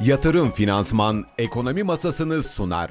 Yatırım Finansman Ekonomi Masasını sunar.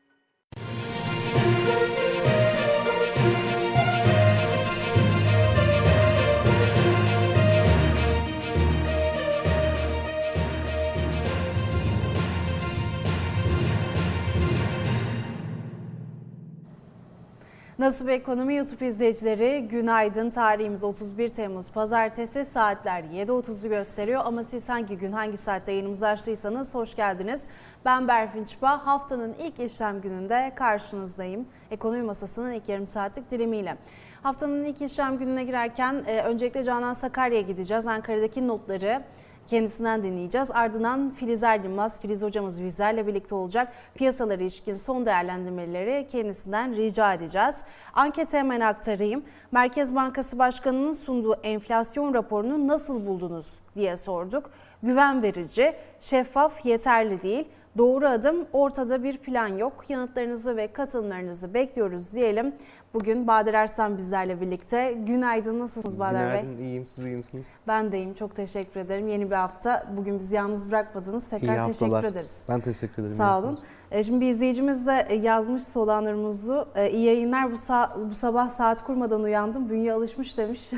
Nasıl Ekonomi YouTube izleyicileri, günaydın. Tarihimiz 31 Temmuz Pazartesi, saatler 7.30'u gösteriyor ama siz hangi gün hangi saatte yayınımızı açtıysanız hoş geldiniz. Ben Berfin Çıpa, haftanın ilk işlem gününde karşınızdayım. Ekonomi Masası'nın ilk yarım saatlik dilimiyle. Haftanın ilk işlem gününe girerken öncelikle Canan Sakarya'ya gideceğiz. Ankara'daki notları kendisinden dinleyeceğiz. Ardından Filiz Erdinmaz, Filiz hocamız bizlerle birlikte olacak. Piyasalara ilişkin son değerlendirmeleri kendisinden rica edeceğiz. Anketi hemen aktarayım. Merkez Bankası Başkanı'nın sunduğu enflasyon raporunu nasıl buldunuz diye sorduk. Güven verici, şeffaf, yeterli değil. Doğru adım, ortada bir plan yok. Yanıtlarınızı ve katılımlarınızı bekliyoruz diyelim. Bugün Bahadır Arslan bizlerle birlikte. Günaydın, nasılsınız Bahadır Bey? Günaydın, iyiyim. Siz iyi misiniz? Ben de iyiyim, çok teşekkür ederim. Yeni bir hafta. Bugün bizi yalnız bırakmadınız. Tekrar teşekkür ederiz. Ben teşekkür ederim. Sağ olun. Şimdi bir izleyicimiz de yazmış Solan Nurmuz'u. İyi yayınlar, bu sabah saat kurmadan uyandım. Bünye alışmış demiş.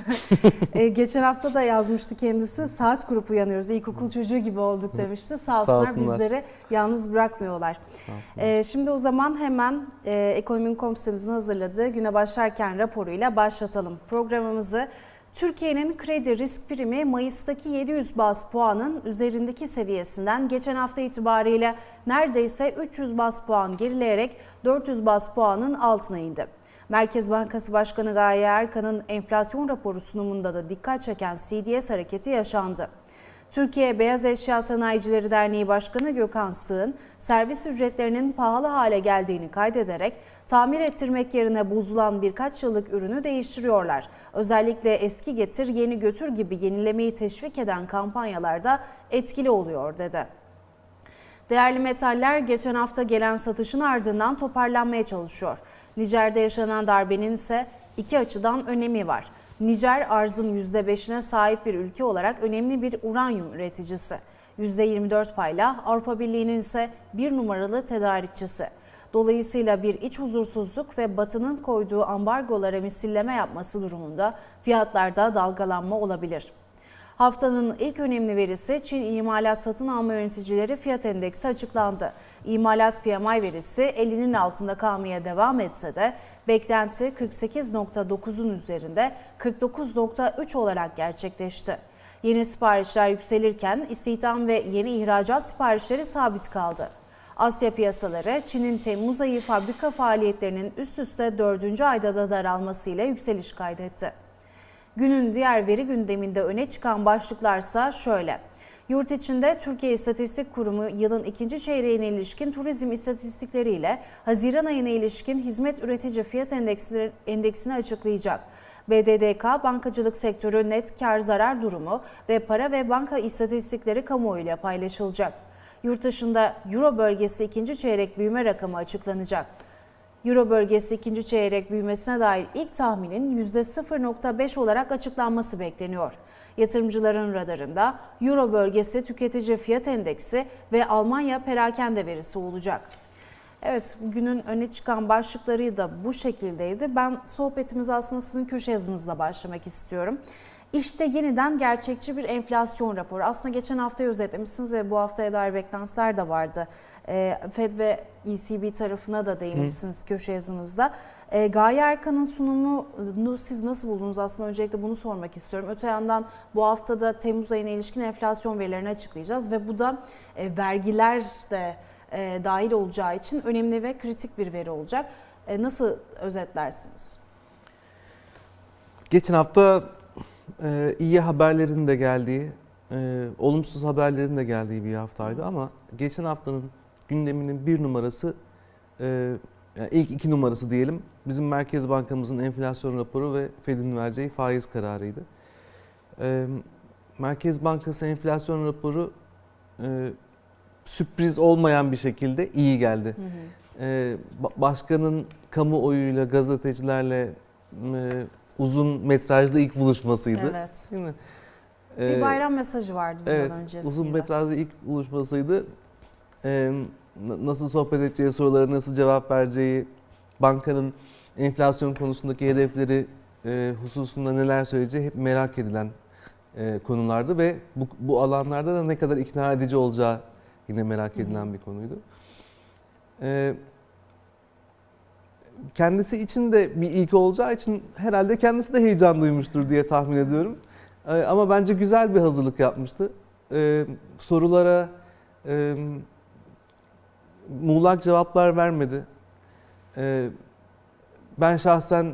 Geçen hafta da yazmıştı kendisi. Saat kurup uyanıyoruz. İlkokul çocuğu gibi olduk demişti. Sağ olsunlar, bizleri yalnız bırakmıyorlar. Şimdi o zaman hemen Ekonomi.com sitemizin hazırladığı güne başlarken raporuyla başlatalım programımızı. Türkiye'nin kredi risk primi Mayıs'taki 700 baz puanın üzerindeki seviyesinden geçen hafta itibariyle neredeyse 300 baz puan gerileyerek 400 baz puanın altına indi. Merkez Bankası Başkanı Gaye Erkan'ın enflasyon raporu sunumunda da dikkat çeken CDS hareketi yaşandı. Türkiye Beyaz Eşya Sanayicileri Derneği Başkanı Gökhan Sığın, servis ücretlerinin pahalı hale geldiğini kaydederek tamir ettirmek yerine bozulan birkaç yıllık ürünü değiştiriyorlar. Özellikle eski getir yeni götür gibi yenilemeyi teşvik eden kampanyalarda etkili oluyor dedi. Değerli metaller geçen hafta gelen satışın ardından toparlanmaya çalışıyor. Nijer'de yaşanan darbenin ise iki açıdan önemi var. Nijer arzın %5'ine sahip bir ülke olarak önemli bir uranyum üreticisi. %24 payla Avrupa Birliği'nin ise bir numaralı tedarikçisi. Dolayısıyla bir iç huzursuzluk ve Batı'nın koyduğu ambargolara misilleme yapması durumunda fiyatlarda dalgalanma olabilir. Haftanın ilk önemli verisi Çin İmalat Satın Alma Yöneticileri Fiyat Endeksi açıklandı. İmalat PMI verisi 50'nin altında kalmaya devam etse de beklenti 48.9'un üzerinde 49.3 olarak gerçekleşti. Yeni siparişler yükselirken istihdam ve yeni ihracat siparişleri sabit kaldı. Asya piyasaları Çin'in Temmuz ayı fabrika faaliyetlerinin üst üste 4. ayda da daralmasıyla yükseliş kaydetti. Günün diğer veri gündeminde öne çıkan başlıklarsa şöyle. Yurt içinde Türkiye İstatistik Kurumu yılın ikinci çeyreğine ilişkin turizm istatistikleriyle Haziran ayına ilişkin hizmet üretici fiyat endeksini açıklayacak. BDDK, bankacılık sektörü net kar zarar durumu ve para ve banka istatistikleri kamuoyuyla paylaşılacak. Yurt dışında Euro bölgesi ikinci çeyrek büyüme rakamı açıklanacak. Euro bölgesi ikinci çeyrek büyümesine dair ilk tahminin %0.5 olarak açıklanması bekleniyor. Yatırımcıların radarında Euro bölgesi tüketici fiyat endeksi ve Almanya perakende verisi olacak. Evet, bugünün öne çıkan başlıkları da bu şekildeydi. Ben sohbetimize aslında sizin köşe yazınızla başlamak istiyorum. İşte yeniden gerçekçi bir enflasyon raporu. Aslında geçen haftayı özetlemişsiniz ve bu haftaya dair beklentiler de vardı. Fed ve ECB tarafına da değinmişsiniz köşe yazınızda. Gaye Erkan'ın sunumunu siz nasıl buldunuz? Aslında öncelikle bunu sormak istiyorum. Öte yandan bu haftada Temmuz ayına ilişkin enflasyon verilerini açıklayacağız ve bu da vergiler de dahil olacağı için önemli ve kritik bir veri olacak. Nasıl özetlersiniz? Geçen hafta iyi haberlerin de geldiği, olumsuz haberlerin de geldiği bir haftaydı ama geçen haftanın gündeminin bir numarası, yani ilk iki numarası diyelim, bizim Merkez Bankamızın enflasyon raporu ve Fed'in vereceği faiz kararıydı. Merkez Bankası enflasyon raporu sürpriz olmayan bir şekilde iyi geldi. Başkanın kamuoyuyla, gazetecilerle uzun metrajlı ilk buluşmasıydı. Evet. Değil mi? Bir bayram mesajı vardı bundan Evet, öncesinde. uzun metrajlı ilk buluşmasıydı. Nasıl sohbet edeceği, sorulara nasıl cevap vereceği, bankanın enflasyon konusundaki hedefleri hususunda neler söyleyeceği hep merak edilen konulardı ve bu alanlarda da ne kadar ikna edici olacağı yine merak edilen bir konuydu. Kendisi için de bir ilk olacağı için herhalde kendisi de heyecan duymuştur diye tahmin ediyorum. Ama bence güzel bir hazırlık yapmıştı. Sorulara muğlak cevaplar vermedi. Ben şahsen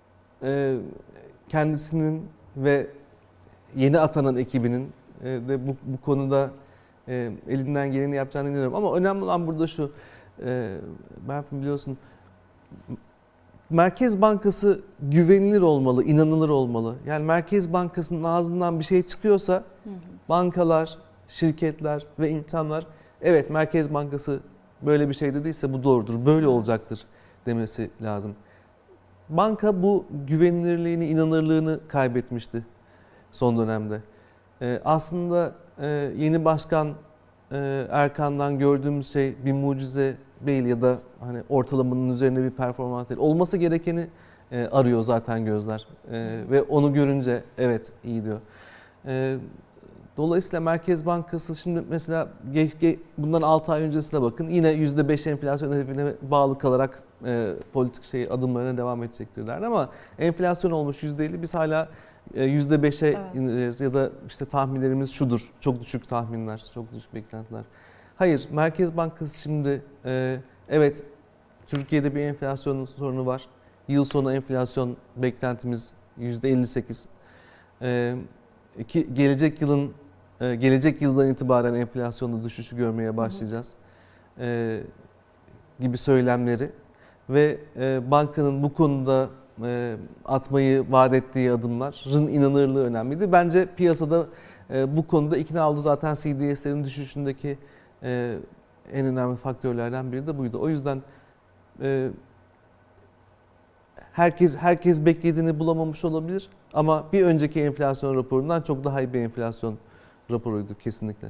kendisinin ve yeni atanan ekibinin de bu konuda elinden geleni yapacağını inanıyorum. Ama önemli olan burada şu, Berfin biliyorsun, Merkez Bankası güvenilir olmalı, inanılır olmalı. Yani Merkez Bankası'nın ağzından bir şey çıkıyorsa bankalar, şirketler ve insanlar evet Merkez Bankası böyle bir şey dediyse bu doğrudur, böyle olacaktır demesi lazım. Banka bu güvenilirliğini, inanırlığını kaybetmişti son dönemde. Aslında yeni başkan Erkan'dan gördüğümüz şey bir mucize değil ya da hani ortalamanın üzerinde bir performans değil. Olması gerekeni arıyor zaten gözler ve onu görünce evet iyi diyor. Dolayısıyla Merkez Bankası şimdi mesela bundan 6 ay öncesine bakın yine %5 enflasyon hedefine bağlı kalarak politik adımlarına devam edecektirler ama enflasyon olmuş %50 biz hala %5'e ineceğiz ya da işte tahminlerimiz şudur. Çok düşük tahminler, çok düşük beklentiler. Hayır, Merkez Bankası şimdi evet Türkiye'de bir enflasyon sorunu var. Yıl sonu enflasyon beklentimiz %58. Gelecek yıldan itibaren enflasyonda düşüşü görmeye başlayacağız gibi söylemleri ve bankanın bu konuda atmayı vaat ettiği adımların inanırlığı önemliydi. Bence piyasada bu konuda ikna oldu. Zaten CDS'lerin düşüşündeki en önemli faktörlerden biri de buydu. O yüzden herkes beklediğini bulamamış olabilir ama bir önceki enflasyon raporundan çok daha iyi bir enflasyon raporuydu kesinlikle.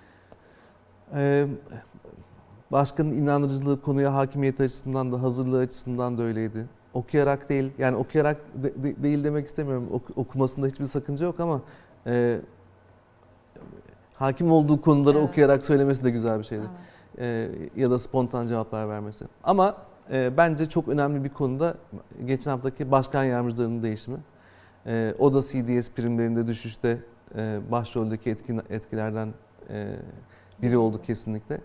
Başkanın inandırıcılığı konuya hakimiyet açısından da hazırlığı açısından da öyleydi. Okuyarak değil, yani okuyarak değil demek istemiyorum. Okumasında hiçbir sakınca yok ama hakim olduğu konuları okuyarak söylemesi de güzel bir şeydi. Ya da spontan cevaplar vermesi. Ama bence çok önemli bir konuda geçen haftaki başkan yardımcılarının değişimi. O da CDS primlerinde düşüşte başroldeki etkilerden biri oldu kesinlikle.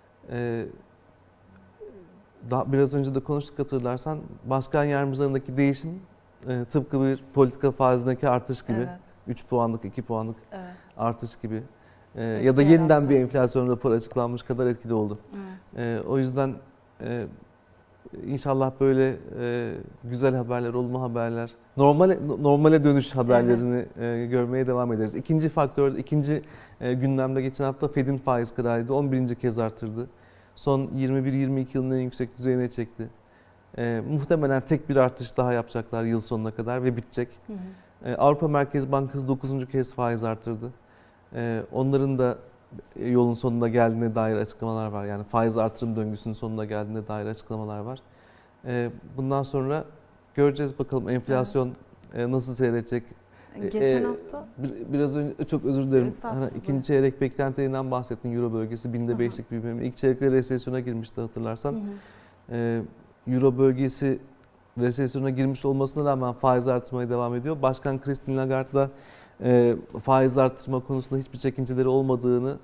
Biraz önce de konuştuk hatırlarsan başkan yardımcılarındaki değişim tıpkı bir politika faizindeki artış gibi 3 puanlık 2 puanlık artış gibi ya da yeniden bir enflasyon raporu açıklanmış kadar etkili oldu. O yüzden İnşallah böyle güzel haberler, olumlu haberler, normale dönüş haberlerini görmeye devam ederiz. İkinci faktör, ikinci gündemde geçen hafta Fed'in faiz kararıydı. 11. kez artırdı. Son 21-22 yılın en yüksek düzeyine çekti. Muhtemelen tek bir artış daha yapacaklar yıl sonuna kadar ve bitecek. Avrupa Merkez Bankası 9. kez faiz artırdı. Onların da yolun sonuna geldiğine dair açıklamalar var. Yani faiz artırım döngüsünün sonuna geldiğine dair açıklamalar var. Bundan sonra göreceğiz bakalım enflasyon nasıl seyredecek. Geçen hafta biraz önce çok özür dilerim. İkinci çeyrek beklentilerinden bahsettin. Euro bölgesi binde 5'lik büyüme. İlk çeyrekte resesyona girmişti hatırlarsan. Euro bölgesi resesyona girmiş olmasına rağmen faiz artırmaya devam ediyor. Başkan Christine Lagarde da faiz artırma konusunda hiçbir çekinceleri olmadığını,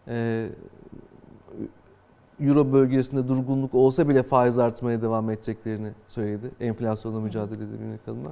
Euro bölgesinde durgunluk olsa bile faiz artırmaya devam edeceklerini söyledi. Enflasyonla mücadele edebilmek adına.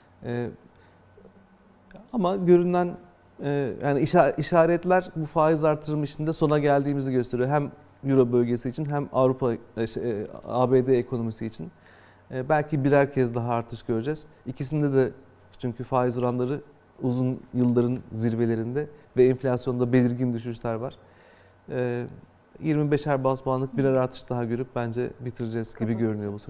Ama görünen yani işaretler bu faiz artırım işinde sona geldiğimizi gösteriyor. Hem Euro bölgesi için hem ABD ekonomisi için. Belki birer kez daha artış göreceğiz. İkisinde de çünkü faiz oranları uzun yılların zirvelerinde ve enflasyonda belirgin düşüşler var. 25'er baz puanlık birer artış daha görüp bence bitireceğiz gibi görünüyor bu süreci.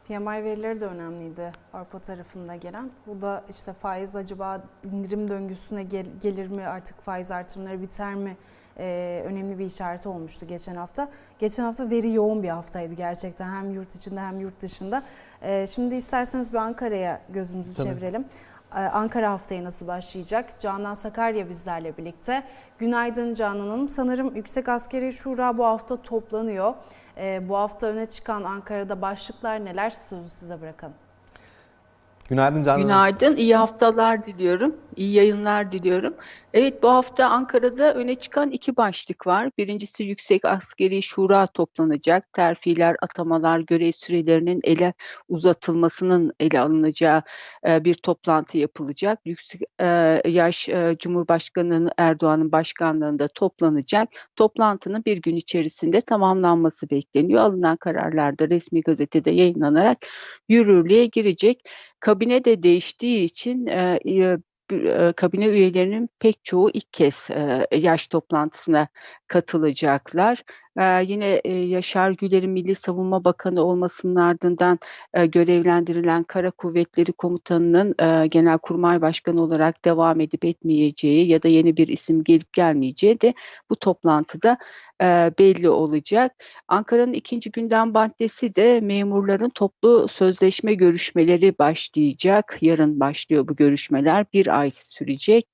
PMI verileri de önemliydi Avrupa tarafında gelen. Bu da işte faiz acaba indirim döngüsüne gelir mi, artık faiz artırımları biter mi? Önemli bir işareti olmuştu geçen hafta. Geçen hafta veri yoğun bir haftaydı gerçekten, hem yurt içinde hem yurt dışında. Şimdi isterseniz bir Ankara'ya gözümüzü çevirelim. Ankara haftaya nasıl başlayacak? Canan Sakarya bizlerle birlikte. Günaydın Canan Hanım. Sanırım Yüksek Askeri Şura bu hafta toplanıyor. Bu hafta öne çıkan Ankara'da başlıklar neler? Sözü size bırakalım. Günaydın Canan. Günaydın, iyi haftalar diliyorum, iyi yayınlar diliyorum. Evet, bu hafta Ankara'da öne çıkan 2 başlık var. Birincisi Yüksek Askeri Şura toplanacak. Terfiler, atamalar, görev sürelerinin uzatılmasının ele alınacağı bir toplantı yapılacak. Cumhurbaşkanı Erdoğan'ın başkanlığında toplanacak. Toplantının bir gün içerisinde tamamlanması bekleniyor. Alınan kararlar da resmi gazetede yayınlanarak yürürlüğe girecek. Kabine de değiştiği için kabine üyelerinin pek çoğu ilk kez yaş toplantısına katılacaklar. Yine Yaşar Güler'in Milli Savunma Bakanı olmasının ardından görevlendirilen Kara Kuvvetleri Komutanı'nın Genelkurmay Başkanı olarak devam edip etmeyeceği ya da yeni bir isim gelip gelmeyeceği de bu toplantıda belli olacak. Ankara'nın ikinci gündem maddesi de memurların toplu sözleşme görüşmeleri başlayacak. Yarın başlıyor bu görüşmeler. Bir ay sürecek.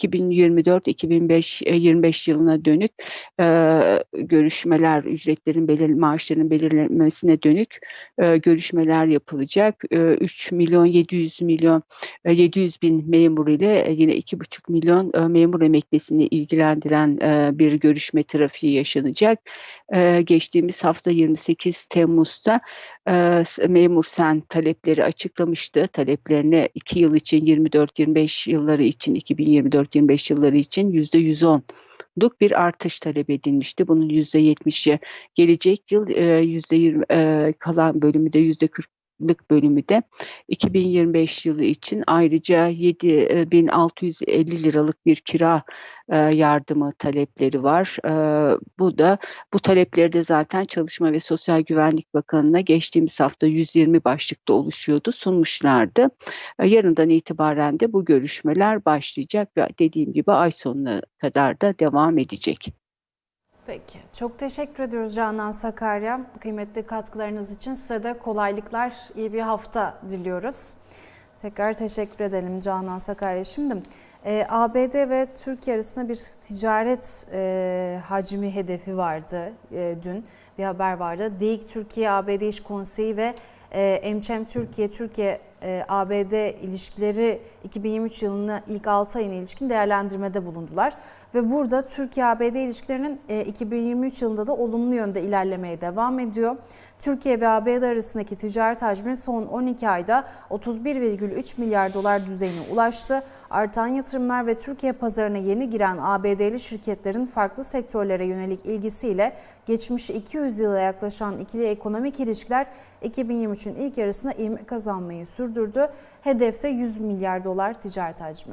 2024-2025 yılına dönük görüşmeler, ücretlerin maaşların belirlenmesine dönük görüşmeler yapılacak. 3 milyon 700 bin memur ile yine 2,5 milyon memur emeklisini ilgilendiren bir görüşme trafiği yaşanacak. Geçtiğimiz hafta 28 Temmuz'da Memur Sen talepleri açıklamıştı. Taleplerini 2 yıl için 24-25 yılları için 2024-25 yılları için %110'luk bir artış talep edilmişti. Bunun %70'i gelecek yıl, %20 kalan bölümü de %40'lık bölümü de 2025 yılı için ayrıca 7.650 liralık bir kira yardımı talepleri var. Bu talepleri de zaten Çalışma ve Sosyal Güvenlik Bakanı'na geçtiğimiz hafta 120 başlıkta sunmuşlardı. Yarından itibaren de bu görüşmeler başlayacak ve dediğim gibi ay sonuna kadar da devam edecek. Peki. Çok teşekkür ediyoruz Canan Sakarya. Kıymetli katkılarınız için size de kolaylıklar, iyi bir hafta diliyoruz. Tekrar teşekkür edelim Canan Sakarya. Şimdi ABD ve Türkiye arasında bir ticaret hacmi hedefi vardı dün. Bir haber vardı. DİİK Türkiye-ABD İş Konseyi ve EmCem Türkiye-ABD ilişkileri 2023 yılının ilk 6 ayına ilişkin değerlendirmede bulundular. Ve burada Türkiye-ABD ilişkilerinin 2023 yılında da olumlu yönde ilerlemeye devam ediyor. Türkiye ve ABD arasındaki ticaret hacmi son 12 ayda 31,3 milyar dolar düzeyine ulaştı. Artan yatırımlar ve Türkiye pazarına yeni giren ABD'li şirketlerin farklı sektörlere yönelik ilgisiyle geçmiş 200 yıla yaklaşan ikili ekonomik ilişkiler 2023'ün ilk yarısında ivme kazanmayı sürdürdü. Hedefte 100 milyar dolar ticaret hacmi.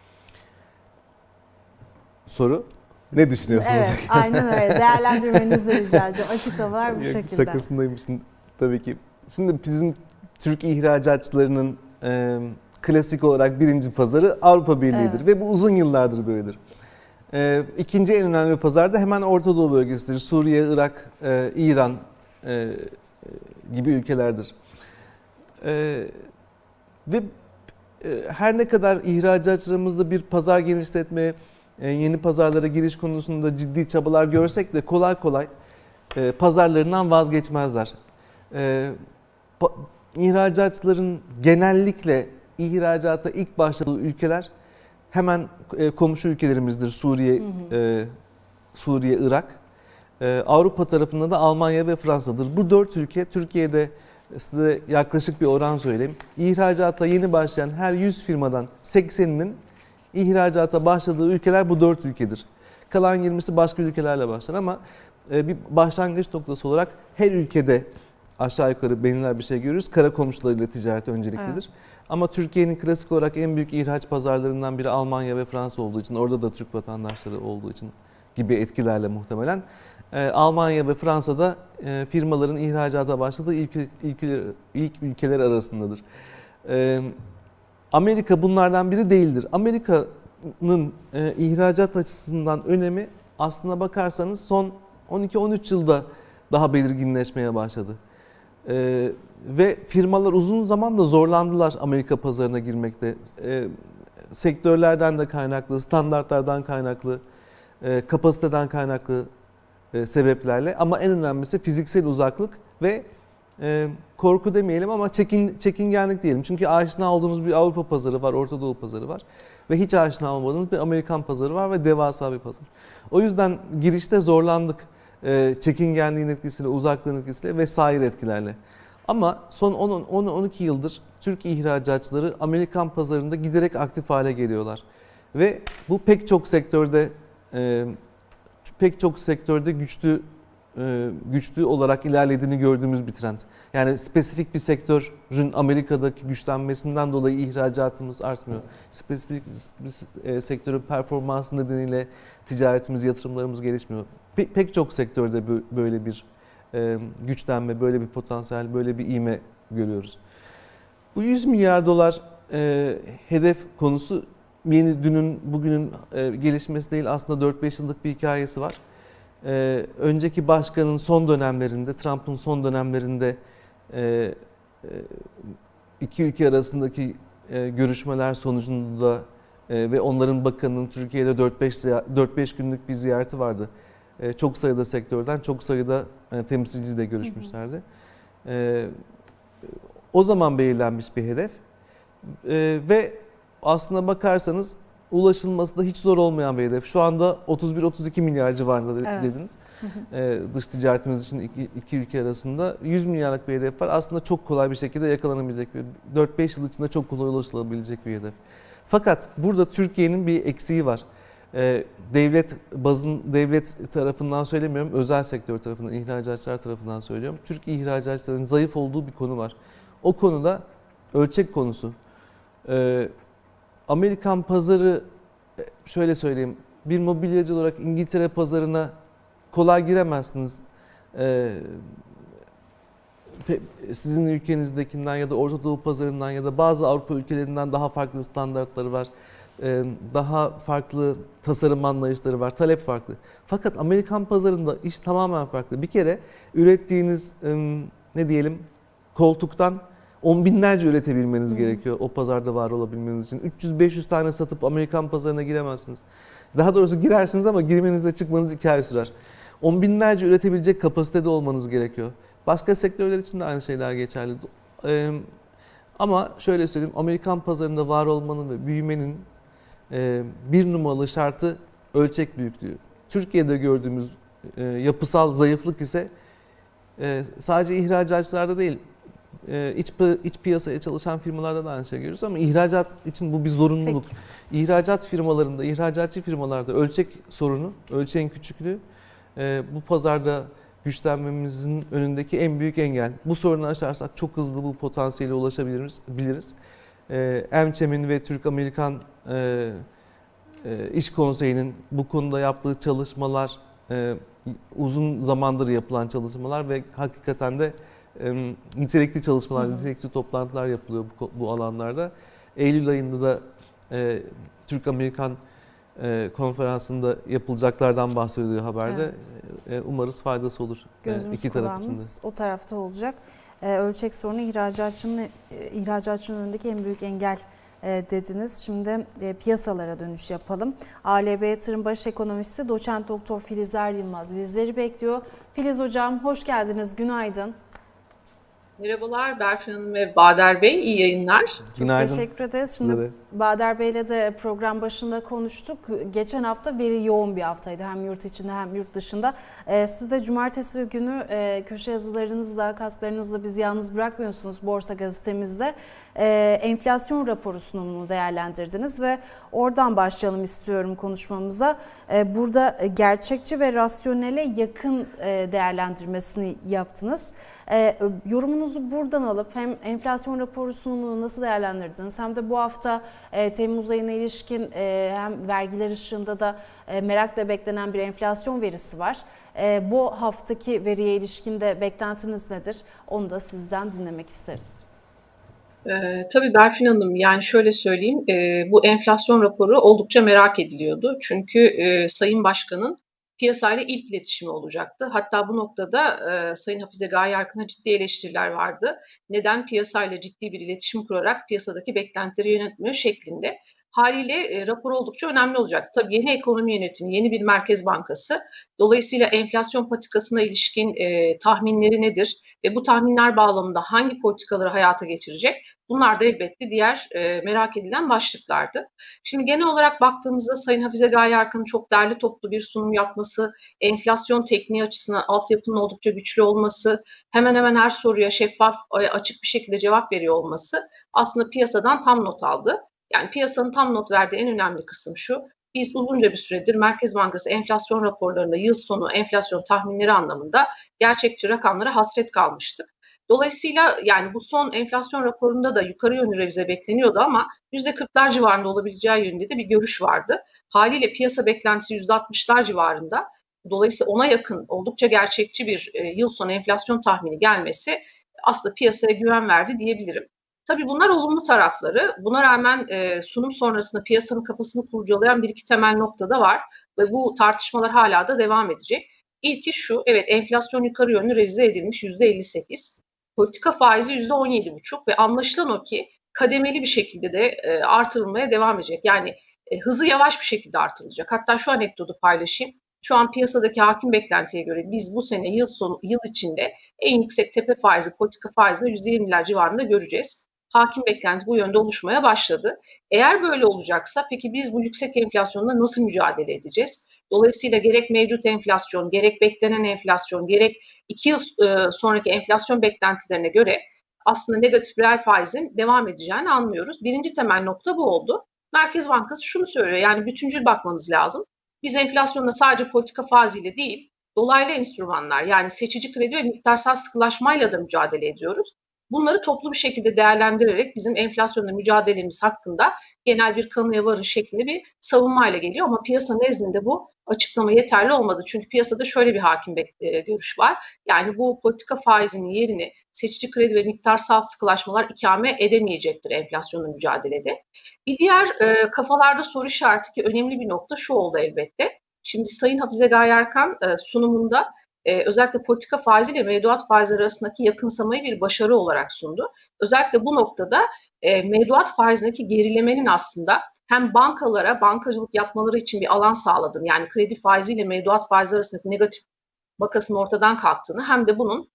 Soru? Ne düşünüyorsunuz? Evet, aynen öyle. Değerlendirmenizi rica edeceğim. Açıklamalar bu şekilde. Şakasındaymışsın tabii ki. Şimdi bizim Türk ihracatçılarının klasik olarak birinci pazarı Avrupa Birliği'dir. Evet. Ve bu uzun yıllardır böyledir. İkinci en önemli pazar da hemen Orta Doğu bölgesidir. Suriye, Irak, İran gibi ülkelerdir. Ve her ne kadar ihracatçılarımızda bir pazar genişletmeye, yeni pazarlara giriş konusunda ciddi çabalar görsek de kolay kolay pazarlarından vazgeçmezler. İhracatçıların genellikle ihracata ilk başladığı ülkeler hemen komşu ülkelerimizdir. Suriye, Irak. Avrupa tarafında da Almanya ve Fransa'dır. Bu 4 ülke, Türkiye'de size yaklaşık bir oran söyleyeyim. İhracata yeni başlayan her 100 firmadan 80'inin ihracata başladığı ülkeler bu 4 ülkedir. Kalan 20'si başka ülkelerle başlar ama bir başlangıç noktası olarak her ülkede aşağı yukarı benzer bir şey görürüz. Kara komşularıyla ticaret önceliklidir. Evet. Ama Türkiye'nin klasik olarak en büyük ihraç pazarlarından biri Almanya ve Fransa olduğu için, orada da Türk vatandaşları olduğu için gibi etkilerle muhtemelen Almanya ve Fransa'da firmaların ihracata başladığı ilk ülkeler arasındadır. Amerika bunlardan biri değildir. Amerika'nın ihracat açısından önemi aslına bakarsanız son 12-13 yılda daha belirginleşmeye başladı. Ve firmalar uzun zaman da zorlandılar Amerika pazarına girmekte. Sektörlerden de kaynaklı, standartlardan kaynaklı, kapasiteden kaynaklı sebeplerle, ama en önemlisi fiziksel uzaklık ve korku demeyelim ama çekingenlik diyelim. Çünkü aşina olduğunuz bir Avrupa pazarı var, Orta Doğu pazarı var ve hiç aşina olmadığınız bir Amerikan pazarı var ve devasa bir pazar. O yüzden girişte zorlandık, çekingenliğin etkisiyle, uzaklığın etkisiyle vesaire etkilerle. Ama son 10-12 yıldır Türk ihracatçıları Amerikan pazarında giderek aktif hale geliyorlar. Ve bu pek çok sektörde güçlü olarak ilerlediğini gördüğümüz bir trend. Yani spesifik bir sektörün Amerika'daki güçlenmesinden dolayı ihracatımız artmıyor. Spesifik bir sektörün performansı nedeniyle ticaretimiz, yatırımlarımız gelişmiyor. Pek çok sektörde böyle bir güçlenme, böyle bir potansiyel, böyle bir ivme görüyoruz. Bu 100 milyar dolar hedef konusu dünün bugünün gelişmesi değil, aslında 4-5 yıllık bir hikayesi var. Önceki başkanın son dönemlerinde, Trump'ın son dönemlerinde iki ülke arasındaki görüşmeler sonucunda ve onların bakanının Türkiye'de 4-5 günlük bir ziyareti vardı. Çok sayıda sektörden, çok sayıda temsilciyle görüşmüşlerdi. O zaman belirlenmiş bir hedef ve aslına bakarsanız ulaşılması da hiç zor olmayan bir hedef. Şu anda 31-32 milyar civarında dediniz. Dış ticaretimiz için iki ülke arasında 100 milyarlık bir hedef var. Aslında çok kolay bir şekilde yakalanabilecek, 4-5 yıl içinde çok kolay ulaşılabilecek bir hedef. Fakat burada Türkiye'nin bir eksiği var. Devlet tarafından söylemiyorum, özel sektör tarafından, ihracatçılar tarafından söylüyorum. Türk ihracatçıların zayıf olduğu bir konu var. O konuda ölçek konusu. Amerikan pazarı, şöyle söyleyeyim, bir mobilyacı olarak İngiltere pazarına kolay giremezsiniz. Sizin ülkenizdekinden ya da Orta Doğu pazarından ya da bazı Avrupa ülkelerinden daha farklı standartları var. Daha farklı tasarım anlayışları var, talep farklı. Fakat Amerikan pazarında iş tamamen farklı. Bir kere ürettiğiniz koltuktan 10 binlerce üretebilmeniz gerekiyor o pazarda var olabilmeniz için. 300-500 tane satıp Amerikan pazarına giremezsiniz. Daha doğrusu girersiniz ama girmenizle çıkmanız 2 ay sürer. 10 binlerce üretebilecek kapasitede olmanız gerekiyor. Başka sektörler için de aynı şeyler geçerli. Ama şöyle söyleyeyim, Amerikan pazarında var olmanın ve büyümenin bir numaralı şartı ölçek büyüklüğü. Türkiye'de gördüğümüz yapısal zayıflık ise sadece ihracatçılarda değil, iç piyasaya çalışan firmalarda da aynı şey görüyoruz ama ihracat için bu bir zorunluluk. Peki. İhracat firmalarında, ihracatçı firmalarda ölçek sorunu, ölçeğin küçüklüğü bu pazarda güçlenmemizin önündeki en büyük engel. Bu sorunu aşarsak çok hızlı bu potansiyele ulaşabiliriz. EMÇEM'in ve Türk-Amerikan İş Konseyi'nin bu konuda yaptığı çalışmalar, uzun zamandır yapılan çalışmalar ve hakikaten de nitelikli çalışmalar, nitelikli toplantılar yapılıyor bu alanlarda. Eylül ayında da Türk-Amerikan konferansında yapılacaklardan bahsediyor haberde. Evet. Umarız faydası olur iki taraf için de. O tarafta olacak. Ölçek sorunu ihracatçının önündeki en büyük engel dediniz. Şimdi piyasalara dönüş yapalım. ALB Yatırım Baş Ekonomisti Doçent Doktor Filizer Yılmaz bizleri bekliyor. Filiz Hocam hoş geldiniz. Günaydın. Merhabalar Berfin Hanım ve Bader Bey, iyi yayınlar. Günaydın. Teşekkür ederiz. Şimdi Bader Bey'le de program başında konuştuk. Geçen hafta veri yoğun bir haftaydı hem yurt içinde hem yurt dışında. Siz de cumartesi günü köşe yazılarınızla, kasklarınızla bizi yalnız bırakmıyorsunuz Borsa Gazetemizde. Enflasyon raporu sunumunu değerlendirdiniz ve oradan başlayalım istiyorum konuşmamıza. Burada gerçekçi ve rasyonele yakın değerlendirmesini yaptınız. Yorumunuzu buradan alıp hem enflasyon raporu sunumunu nasıl değerlendirdiniz hem de bu hafta Temmuz ayına ilişkin hem vergiler ışığında da merakla beklenen bir enflasyon verisi var. Bu haftaki veriye ilişkin de beklentiniz nedir? Onu da sizden dinlemek isteriz. Tabii Berfin Hanım, yani şöyle söyleyeyim, bu enflasyon raporu oldukça merak ediliyordu. Çünkü Sayın Başkan'ın piyasayla ilk iletişimi olacaktı. Hatta bu noktada Sayın Hafize Gaye Erkan'a ciddi eleştiriler vardı. Neden piyasayla ciddi bir iletişim kurarak piyasadaki beklentileri yönetmiyor şeklinde. Haliyle rapor oldukça önemli olacaktı. Tabii yeni ekonomi yönetimi, yeni bir merkez bankası. Dolayısıyla enflasyon patikasına ilişkin tahminleri nedir ve bu tahminler bağlamında hangi politikaları hayata geçirecek? Bunlar da elbette diğer merak edilen başlıklardı. Şimdi genel olarak baktığımızda Sayın Hafize Gaye Erkan'ın çok derli toplu bir sunum yapması, enflasyon tekniği açısından altyapının oldukça güçlü olması, hemen hemen her soruya şeffaf, açık bir şekilde cevap veriyor olması aslında piyasadan tam not aldı. Yani piyasanın tam not verdiği en önemli kısım şu: biz uzunca bir süredir Merkez Bankası enflasyon raporlarında yıl sonu enflasyon tahminleri anlamında gerçekçi rakamlara hasret kalmıştık. Dolayısıyla yani bu son enflasyon raporunda da yukarı yönlü revize bekleniyordu ama %40'lar civarında olabileceği yönünde de bir görüş vardı. Haliyle piyasa beklentisi %60'lar civarında. Dolayısıyla ona yakın oldukça gerçekçi bir yıl sonu enflasyon tahmini gelmesi aslında piyasaya güven verdi diyebilirim. Tabii bunlar olumlu tarafları. Buna rağmen sunum sonrasında piyasanın kafasını kurcalayan bir iki temel nokta da var ve bu tartışmalar hala da devam edecek. İlki şu: evet, enflasyon yukarı yönlü revize edilmiş %58. Politika faizi %17,5 ve anlaşılan o ki kademeli bir şekilde de artırılmaya devam edecek. Yani hızı yavaş bir şekilde artırılacak. Hatta şu anekdotu paylaşayım. Şu an piyasadaki hakim beklentiye göre biz bu sene yıl içinde en yüksek tepe faizi, politika faizinde %20'ler civarında göreceğiz. Hakim beklenti bu yönde oluşmaya başladı. Eğer böyle olacaksa peki biz bu yüksek enflasyonla nasıl mücadele edeceğiz? Dolayısıyla gerek mevcut enflasyon, gerek beklenen enflasyon, gerek 2 yıl sonraki enflasyon beklentilerine göre aslında negatif reel faizin devam edeceğini anlıyoruz. Birinci temel nokta bu oldu. Merkez Bankası şunu söylüyor: yani bütüncül bakmanız lazım. Biz enflasyonla sadece politika faiziyle değil, dolaylı enstrümanlar, yani seçici kredi ve miktarsal sıkılaşmayla da mücadele ediyoruz. Bunları toplu bir şekilde değerlendirerek bizim enflasyonla mücadelemiz hakkında genel bir kanıya varış şeklinde bir savunmayla geliyor. Ama piyasa nezdinde bu açıklama yeterli olmadı. Çünkü piyasada şöyle bir hakim görüş var: yani bu politika faizinin yerini seçici kredi ve miktarsal sıkılaşmalar ikame edemeyecektir enflasyonla mücadelede. Bir diğer kafalarda soru işareti ki önemli bir nokta şu oldu elbette. Şimdi Sayın Hafize Gaye Erkan sunumunda özellikle politika faizi ile mevduat faizi arasındaki yakınsamayı bir başarı olarak sundu. Özellikle bu noktada mevduat faizindeki gerilemenin aslında hem bankalara bankacılık yapmaları için bir alan sağladığını, yani kredi faizi ile mevduat faizi arasındaki negatif makasın ortadan kalktığını, hem de bunun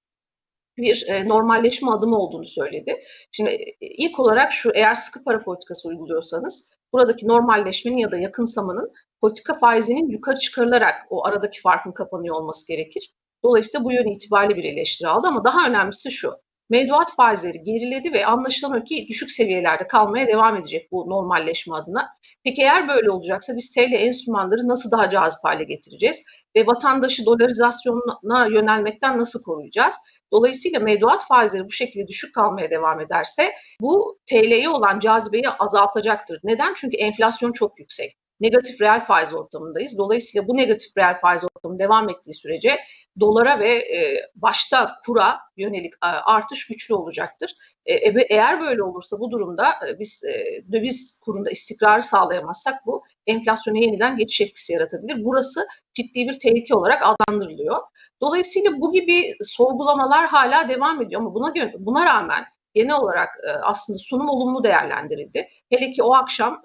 bir normalleşme adımı olduğunu söyledi. Şimdi ilk olarak şu: eğer sıkı para politikası uyguluyorsanız buradaki normalleşmenin ya da yakınsamanın politika faizinin yukarı çıkarılarak o aradaki farkın kapanıyor olması gerekir. Dolayısıyla bu yön itibariyle bir eleştiri aldı ama daha önemlisi şu: mevduat faizleri geriledi ve anlaşılan o ki düşük seviyelerde kalmaya devam edecek bu normalleşme adına. Peki eğer böyle olacaksa biz TL enstrümanları nasıl daha cazip hale getireceğiz ve vatandaşı dolarizasyona yönelmekten nasıl koruyacağız? Dolayısıyla mevduat faizleri bu şekilde düşük kalmaya devam ederse bu TL'ye olan cazibeyi azaltacaktır. Neden? Çünkü enflasyon çok yüksek. Negatif reel faiz ortamındayız. Dolayısıyla bu negatif reel faiz ortamı devam ettiği sürece dolara ve başta kura yönelik artış güçlü olacaktır. Eğer böyle olursa bu durumda biz döviz kurunda istikrarı sağlayamazsak bu enflasyona yeniden geçiş etkisi yaratabilir. Burası ciddi bir tehlike olarak adlandırılıyor. Dolayısıyla bu gibi sorgulamalar hala devam ediyor ama buna rağmen genel olarak aslında sunum olumlu değerlendirildi. Hele ki o akşam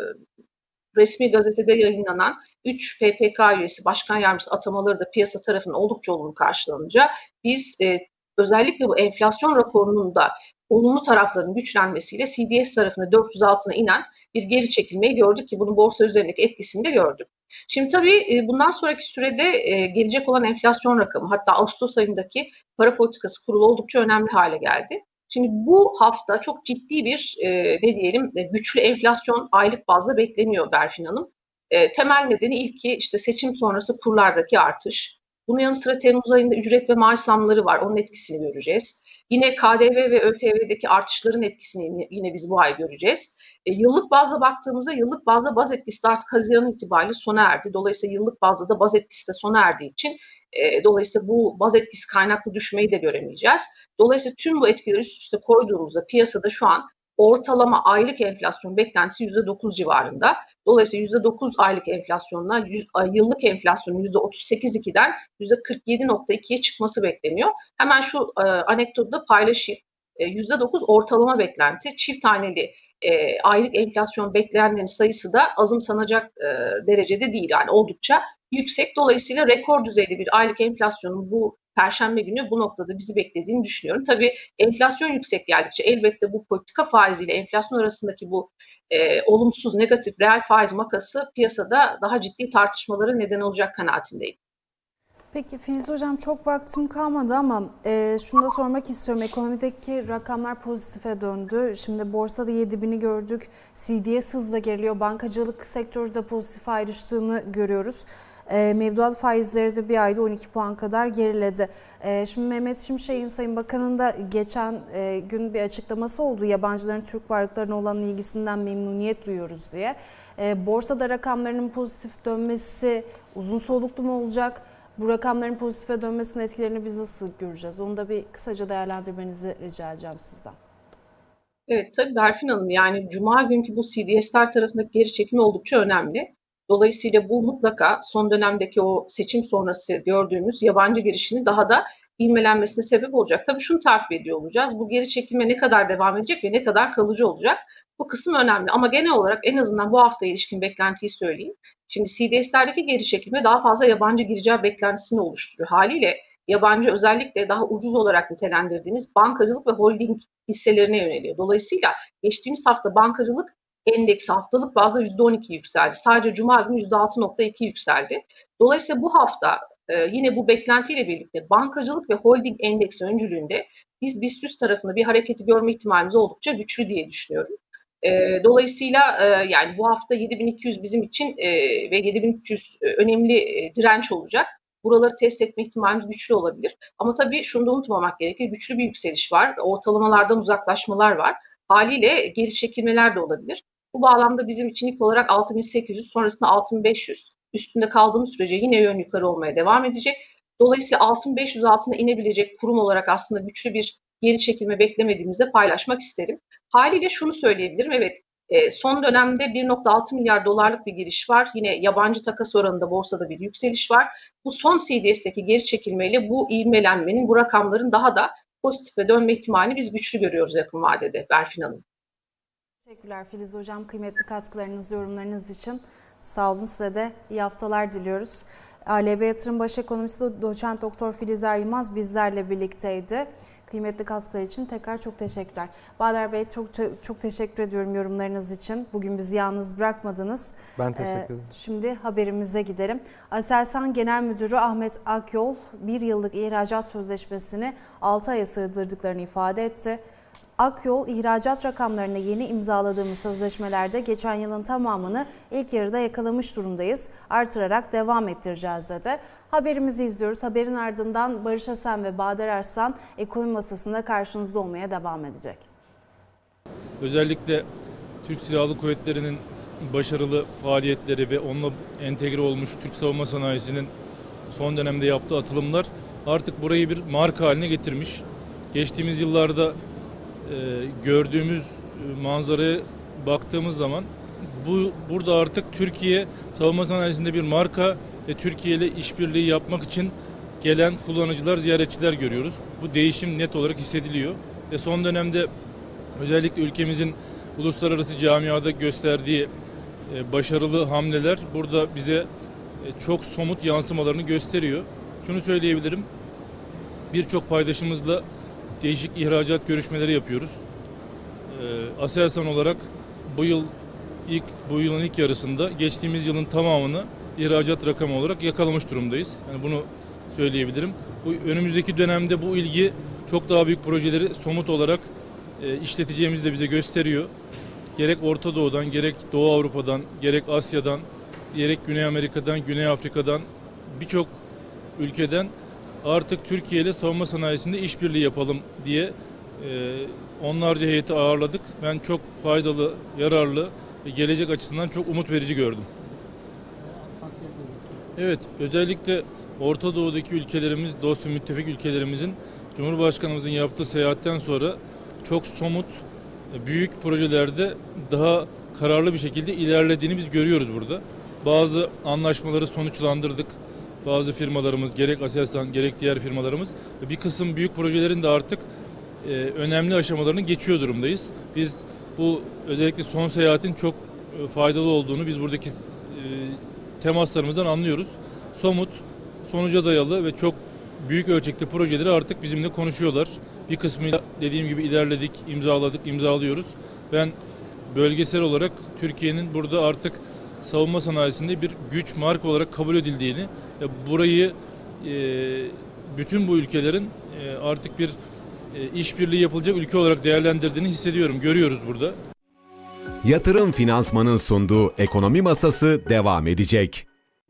resmi gazetede yayınlanan 3 PPK üyesi başkan yardımcısı atamaları da piyasa tarafından oldukça olumlu karşılanınca biz özellikle bu enflasyon raporunun da olumlu taraflarının güçlenmesiyle CDS tarafında 400 altına inen bir geri çekilmeyi gördük ki bunun borsa üzerindeki etkisini de gördük. Şimdi tabii bundan sonraki sürede gelecek olan enflasyon rakamı, hatta Ağustos ayındaki para politikası kurulu oldukça önemli hale geldi. Şimdi bu hafta çok ciddi bir güçlü enflasyon aylık bazda bekleniyor Berfin Hanım. Temel nedeni ilki işte seçim sonrası kurlardaki artış. Bunun yanı sıra Temmuz ayında ücret ve maaş zamları var. Onun etkisini göreceğiz. Yine KDV ve ÖTV'deki artışların etkisini yine biz bu ay göreceğiz. Yıllık bazda baktığımızda yıllık bazda baz etkisi de artık Haziran itibariyle sona erdi. Dolayısıyla yıllık bazda da baz etkisi de sona erdiği için Dolayısıyla bu baz etkisi kaynaklı düşmeyi de göremeyeceğiz. Dolayısıyla tüm bu etkileri üst üste koyduğumuzda piyasada şu an ortalama aylık enflasyon beklentisi %9 civarında. Dolayısıyla %9 aylık enflasyonla yıllık enflasyonun %38,2'den %47,2'ye çıkması bekleniyor. Hemen şu anekdotu da paylaşayım. %9 ortalama beklenti, çift taneli aylık enflasyon bekleyenlerin sayısı da azımsanacak derecede değil. Yani oldukça yüksek. Dolayısıyla rekor düzeyde bir aylık enflasyonun bu Perşembe günü bu noktada bizi beklediğini düşünüyorum. Tabii enflasyon yüksek geldikçe elbette bu politika faiziyle enflasyon arasındaki bu olumsuz, negatif, reel faiz makası piyasada daha ciddi tartışmalara neden olacak kanaatindeyim. Peki Filiz Hocam, çok vaktim kalmadı ama şunu da sormak istiyorum. Ekonomideki rakamlar pozitife döndü. Şimdi borsada 7.000'i gördük. CDS hızla geriliyor. Bankacılık sektörü de pozitif ayrıştığını görüyoruz. Mevduat faizleri de bir ayda 12 puan kadar geriledi. Şimdi Mehmet Şimşek'in, Sayın Bakan'ın da geçen gün bir açıklaması oldu. Yabancıların Türk varlıklarına olan ilgisinden memnuniyet duyuyoruz diye. Borsada rakamlarının pozitif dönmesi uzun soluklu mu olacak? Bu rakamların pozitife dönmesinin etkilerini biz nasıl göreceğiz? Onu da bir kısaca değerlendirmenizi rica edeceğim sizden. Evet, tabii Berfin Hanım, yani Cuma günkü bu CDS'ler tarafındaki geri çekimi oldukça önemli. Dolayısıyla bu mutlaka son dönemdeki o seçim sonrası gördüğümüz yabancı girişinin daha da ivmelenmesine sebep olacak. Tabii şunu takip ediyor olacağız. Bu geri çekilme ne kadar devam edecek ve ne kadar kalıcı olacak? Bu kısım önemli ama genel olarak en azından bu haftaya ilişkin beklentiyi söyleyeyim. Şimdi CDS'lerdeki geri çekilme daha fazla yabancı gireceği beklentisini oluşturuyor. Haliyle yabancı özellikle daha ucuz olarak nitelendirdiğimiz bankacılık ve holding hisselerine yöneliyor. Dolayısıyla geçtiğimiz hafta bankacılık endeksi haftalık bazda %12 yükseldi. Sadece Cuma günü %6,2 yükseldi. Dolayısıyla bu hafta yine bu beklentiyle birlikte bankacılık ve holding endeksi öncülüğünde biz BIST tarafında bir hareketi görme ihtimalimiz oldukça güçlü diye düşünüyorum. Dolayısıyla yani bu hafta 7.200 bizim için ve 7.300 önemli direnç olacak. Buraları test etme ihtimalimiz güçlü olabilir. Ama tabii şunu da unutmamak gerekir. Güçlü bir yükseliş var. Ortalamalardan uzaklaşmalar var. Haliyle geri çekilmeler de olabilir. Bu bağlamda bizim için ilk olarak 6.800, sonrasında 6.500 üstünde kaldığımız sürece yine yön yukarı olmaya devam edecek. Dolayısıyla 6.500 altına inebilecek kurum olarak aslında güçlü bir geri çekilme beklemediğimizde paylaşmak isterim. Haliyle şunu söyleyebilirim. Evet, son dönemde 1,6 milyar dolarlık bir giriş var. Yine yabancı takas oranında borsada bir yükseliş var. Bu son CDS'teki geri çekilmeyle bu ivmelenmenin, bu rakamların daha da pozitife dönme ihtimalini biz güçlü görüyoruz yakın vadede Berfin Hanım. Teşekkürler Filiz Hocam, kıymetli katkılarınız, yorumlarınız için. Sağ olun, size de iyi haftalar diliyoruz. ALB Yatırım Baş Ekonomisti Doçent Doktor Filiz Yılmaz bizlerle birlikteydi. Kıymetli katkılar için tekrar çok teşekkürler. Bader Bey, çok teşekkür ediyorum yorumlarınız için. Bugün bizi yalnız bırakmadınız. Ben teşekkür ederim. Şimdi haberimize gidelim. Aselsan Genel Müdürü Ahmet Akyol, 1 yıllık ihracat sözleşmesini 6 aya sığdırdıklarını ifade etti. Akyol, ihracat rakamlarını yeni imzaladığımız sözleşmelerde geçen yılın tamamını ilk yarıda yakalamış durumdayız. Artırarak devam ettireceğiz dedi. Haberimizi izliyoruz. Haberin ardından Barış Asen ve Bader Arslan ekonomi masasında karşınızda olmaya devam edecek. Özellikle Türk Silahlı Kuvvetleri'nin başarılı faaliyetleri ve onunla entegre olmuş Türk savunma sanayisinin son dönemde yaptığı atılımlar artık burayı bir marka haline getirmiş. Geçtiğimiz yıllarda gördüğümüz manzaraya baktığımız zaman burada artık Türkiye savunma sanayisinde bir marka ve Türkiye ile işbirliği yapmak için gelen kullanıcılar, ziyaretçiler görüyoruz. Bu değişim net olarak hissediliyor ve son dönemde özellikle ülkemizin uluslararası camiada gösterdiği başarılı hamleler burada bize çok somut yansımalarını gösteriyor. Şunu söyleyebilirim, birçok paydaşımızla değişik ihracat görüşmeleri yapıyoruz. Aselsan olarak bu yılın ilk yarısında geçtiğimiz yılın tamamını ihracat rakamı olarak yakalamış durumdayız. Yani bunu söyleyebilirim. Önümüzdeki dönemde bu ilgi çok daha büyük projeleri somut olarak işleteceğimizi de bize gösteriyor. Gerek Orta Doğu'dan, gerek Doğu Avrupa'dan, gerek Asya'dan, gerek Güney Amerika'dan, Güney Afrika'dan birçok ülkeden artık Türkiye ile savunma sanayisinde işbirliği yapalım diye onlarca heyeti ağırladık. Ben çok faydalı, yararlı ve gelecek açısından çok umut verici gördüm. Evet, özellikle Orta Doğu'daki ülkelerimiz, dost ve müttefik ülkelerimizin Cumhurbaşkanımızın yaptığı seyahatten sonra çok somut, büyük projelerde daha kararlı bir şekilde ilerlediğini biz görüyoruz burada. Bazı anlaşmaları sonuçlandırdık. Bazı firmalarımız, gerek Aselsan gerek diğer firmalarımız bir kısım büyük projelerin de artık önemli aşamalarını geçiyor durumdayız. Biz bu özellikle son seyahatin çok faydalı olduğunu biz buradaki temaslarımızdan anlıyoruz. Somut, sonuca dayalı ve çok büyük ölçekli projeleri artık bizimle konuşuyorlar. Bir kısmıyla dediğim gibi ilerledik, imzaladık, imzalıyoruz. Ben bölgesel olarak Türkiye'nin burada artık savunma sanayisinde bir güç marka olarak kabul edildiğini ve burayı bütün bu ülkelerin artık bir işbirliği yapılacak ülke olarak değerlendirdiğini hissediyorum, görüyoruz burada. Yatırım Finansman'ın sunduğu Ekonomi Masası devam edecek.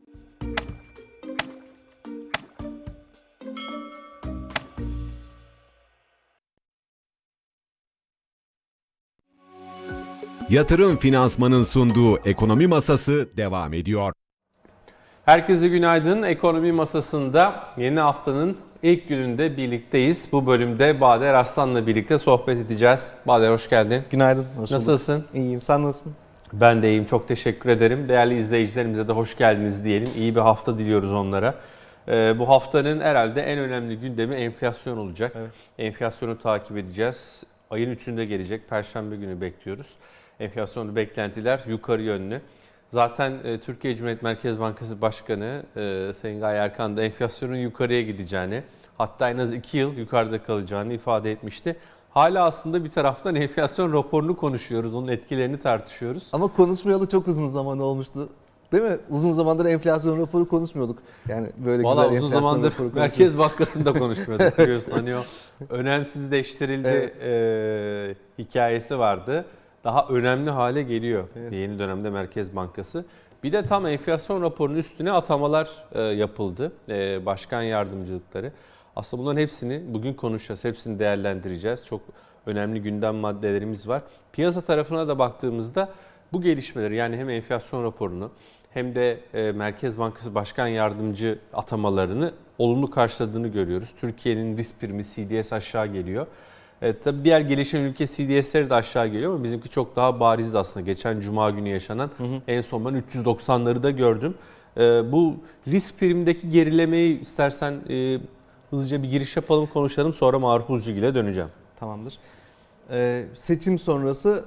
Yatırım Finansman'ın sunduğu Ekonomi Masası devam ediyor. Herkese günaydın. Ekonomi Masası'nda yeni haftanın ilk gününde birlikteyiz. Bu bölümde Bader Arslan'la birlikte sohbet edeceğiz. Bader hoş geldin. Günaydın. Hoş bulduk. Nasılsın? İyiyim. Sen nasılsın? Ben de iyiyim. Çok teşekkür ederim. Değerli izleyicilerimize de hoş geldiniz diyelim. İyi bir hafta diliyoruz onlara. Bu haftanın herhalde en önemli gündemi enflasyon olacak. Evet. Enflasyonu takip edeceğiz. Ayın 3'ünde gelecek. Perşembe günü bekliyoruz. Enflasyonlu beklentiler yukarı yönlü. Zaten Türkiye Cumhuriyet Merkez Bankası Başkanı Sayın Gaye Erkan da enflasyonun yukarıya gideceğini, hatta en az 2 yıl yukarıda kalacağını ifade etmişti. Hala aslında bir taraftan enflasyon raporunu konuşuyoruz, onun etkilerini tartışıyoruz. Ama konuşmayalı çok uzun zaman olmuştu. Değil mi? Uzun zamandır enflasyon raporu konuşmuyorduk. Yani böyle Vallahi güzel uzun zamandır Merkez Bankası'nda konuşmuyorduk biliyorsun. Hani o önemsizleştirildi evet. Hikayesi vardı. Daha önemli hale geliyor evet. Yeni dönemde Merkez Bankası. Bir de tam enflasyon raporunun üstüne atamalar yapıldı. Başkan yardımcılıkları. Aslında bunların hepsini bugün konuşacağız. Hepsini değerlendireceğiz. Çok önemli gündem maddelerimiz var. Piyasa tarafına da baktığımızda bu gelişmeleri yani hem enflasyon raporunu hem de Merkez Bankası Başkan Yardımcı atamalarını olumlu karşıladığını görüyoruz. Türkiye'nin risk primi CDS aşağı geliyor. Tabii diğer gelişen ülke CDS'leri de aşağı geliyor ama bizimki çok daha barizdi aslında. Geçen Cuma günü yaşanan en son ben 390'ları da gördüm. Bu risk primindeki gerilemeyi istersen hızlıca bir giriş yapalım, konuşalım. Sonra Maruf Uzcugil'e döneceğim. Tamamdır. Seçim sonrası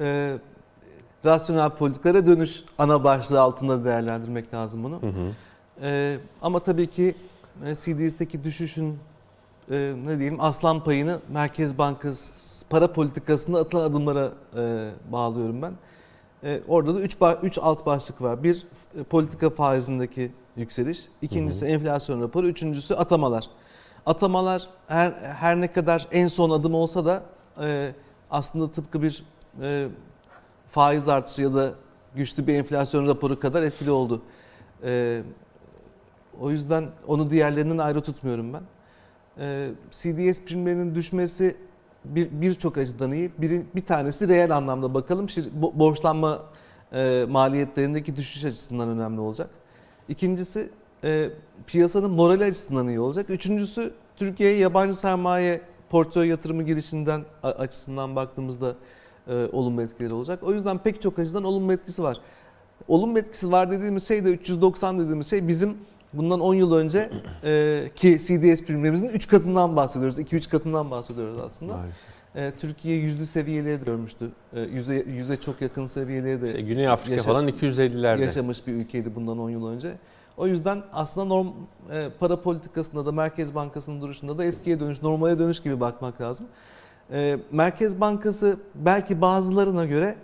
rasyonel politikalara dönüş ana başlığı altında değerlendirmek lazım bunu. Ama tabii ki CDS'deki düşüşün ne diyelim aslan payını Merkez Bankası para politikasında atılan adımlara bağlıyorum ben. Orada da 3 alt başlık var. Bir politika faizindeki yükseliş, ikincisi enflasyon raporu, üçüncüsü atamalar. Atamalar her ne kadar en son adım olsa da aslında tıpkı bir faiz artışı ya da güçlü bir enflasyon raporu kadar etkili oldu. O yüzden onu diğerlerinden ayrı tutmuyorum ben. CDS primlerinin düşmesi birçok açıdan iyi. Bir tanesi reel anlamda bakalım. Borçlanma maliyetlerindeki düşüş açısından önemli olacak. İkincisi piyasanın morali açısından iyi olacak. Üçüncüsü Türkiye'ye yabancı sermaye portföy yatırımı girişinden açısından baktığımızda olumlu etkileri olacak. O yüzden pek çok açıdan olumlu etkisi var. Olumlu etkisi var dediğimiz şey de 390 dediğimiz şey bizim bundan 10 yıl önce ki CDS primlerimizin 3 katından bahsediyoruz. 2-3 katından bahsediyoruz aslında. Türkiye yüzlü seviyeleri de görmüştü. Yüze çok yakın seviyeleri de Güney Afrika falan 250'lerde yaşamış bir ülkeydi bundan 10 yıl önce. O yüzden aslında para politikasında da Merkez Bankası'nın duruşunda da eskiye dönüş, normale dönüş gibi bakmak lazım. Merkez Bankası belki bazılarına göre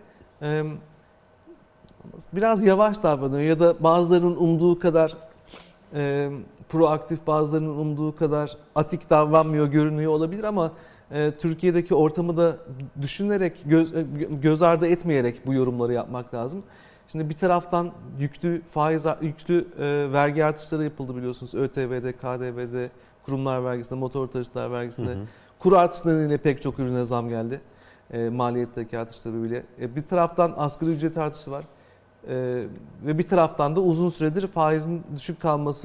biraz yavaş davranıyor ya da bazılarının umduğu kadar proaktif, bazılarının umduğu kadar atik davranmıyor görünüyor olabilir ama Türkiye'deki ortamı da düşünerek, göz ardı etmeyerek bu yorumları yapmak lazım. Şimdi bir taraftan yüklü vergi artışları yapıldı biliyorsunuz. ÖTV'de, KDV'de, kurumlar vergisinde, motor taşıtlar vergisinde. Kur artışı nedeniyle pek çok ürüne zam geldi. Maliyetteki artışları bile. Bir taraftan asgari ücret artışı var. Ve bir taraftan da uzun süredir faizin düşük kalması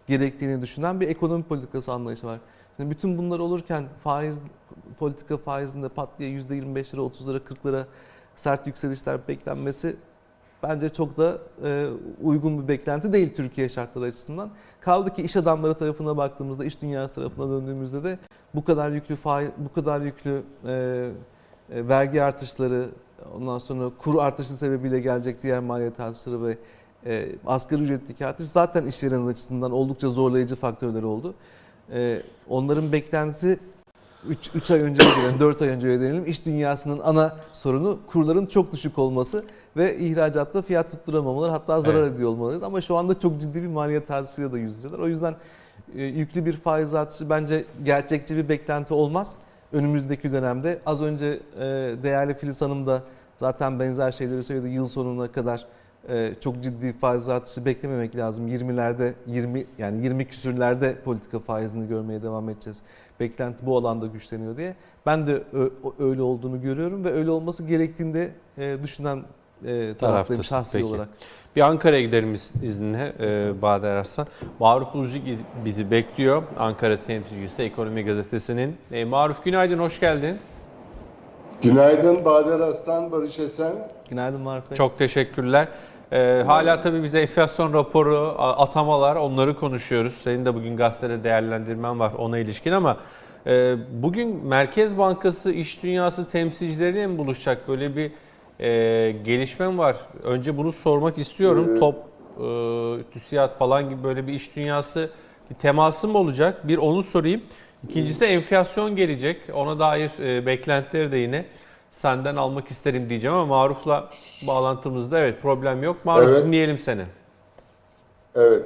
gerektiğini düşünen bir ekonomi politikası anlayışı var. Şimdi bütün bunlar olurken politika faizinde pat diye %25'lere, 30'lara, 40'lara sert yükselişler beklenmesi bence çok da uygun bir beklenti değil Türkiye şartları açısından. Kaldı ki iş adamları tarafına baktığımızda, iş dünyası tarafına döndüğümüzde de bu kadar yüklü vergi artışları, ondan sonra kur artışı sebebiyle gelecek diğer maliyet artışları ve asgari ücretteki artış zaten işveren açısından oldukça zorlayıcı faktörler oldu. Onların beklentisi 3 ay önce ödeyelim, 4 ay önce ödeyelim. İş dünyasının ana sorunu kurların çok düşük olması ve ihracatta fiyat tutturamamaları, hatta zarar ediyor olmaları. Ama şu anda çok ciddi bir maliyet artışıyla da yüz yüzeler. O yüzden yüklü bir faiz artışı bence gerçekçi bir beklenti olmaz önümüzdeki dönemde. Az önce değerli Filiz Hanım da zaten benzer şeyleri söyledi. Yıl sonuna kadar çok ciddi faiz artışı beklememek lazım. 20 küsürlerde politika faizini görmeye devam edeceğiz. Beklenti bu alanda güçleniyor diye. Ben de öyle olduğunu görüyorum ve öyle olması gerektiğinde düşünen taraftayım şahsi Peki. olarak. Bir Ankara'ya gidelim izninle Bahadır Arslan. Maruf Bulucuk bizi bekliyor. Ankara temsilcisi Ekonomi Gazetesi'nin. Maruf günaydın, hoş geldin. Günaydın Bahadır Arslan, Barış Esen. Günaydın Maruf Bey. Çok teşekkürler. Hala tabii bize enflasyon raporu, atamalar, onları konuşuyoruz. Senin de bugün gazetede değerlendirmen var ona ilişkin ama bugün Merkez Bankası, iş dünyası temsilcileriyle mi buluşacak? Böyle bir gelişmem var. Önce bunu sormak istiyorum. TÜSİAD falan gibi böyle bir iş dünyası bir teması mı olacak? Bir onu sorayım. İkincisi enflasyon gelecek. Ona dair beklentileri de yine senden almak isterim diyeceğim ama Maruf'la bağlantımızda evet problem yok. Maruf dinleyelim seni. Evet.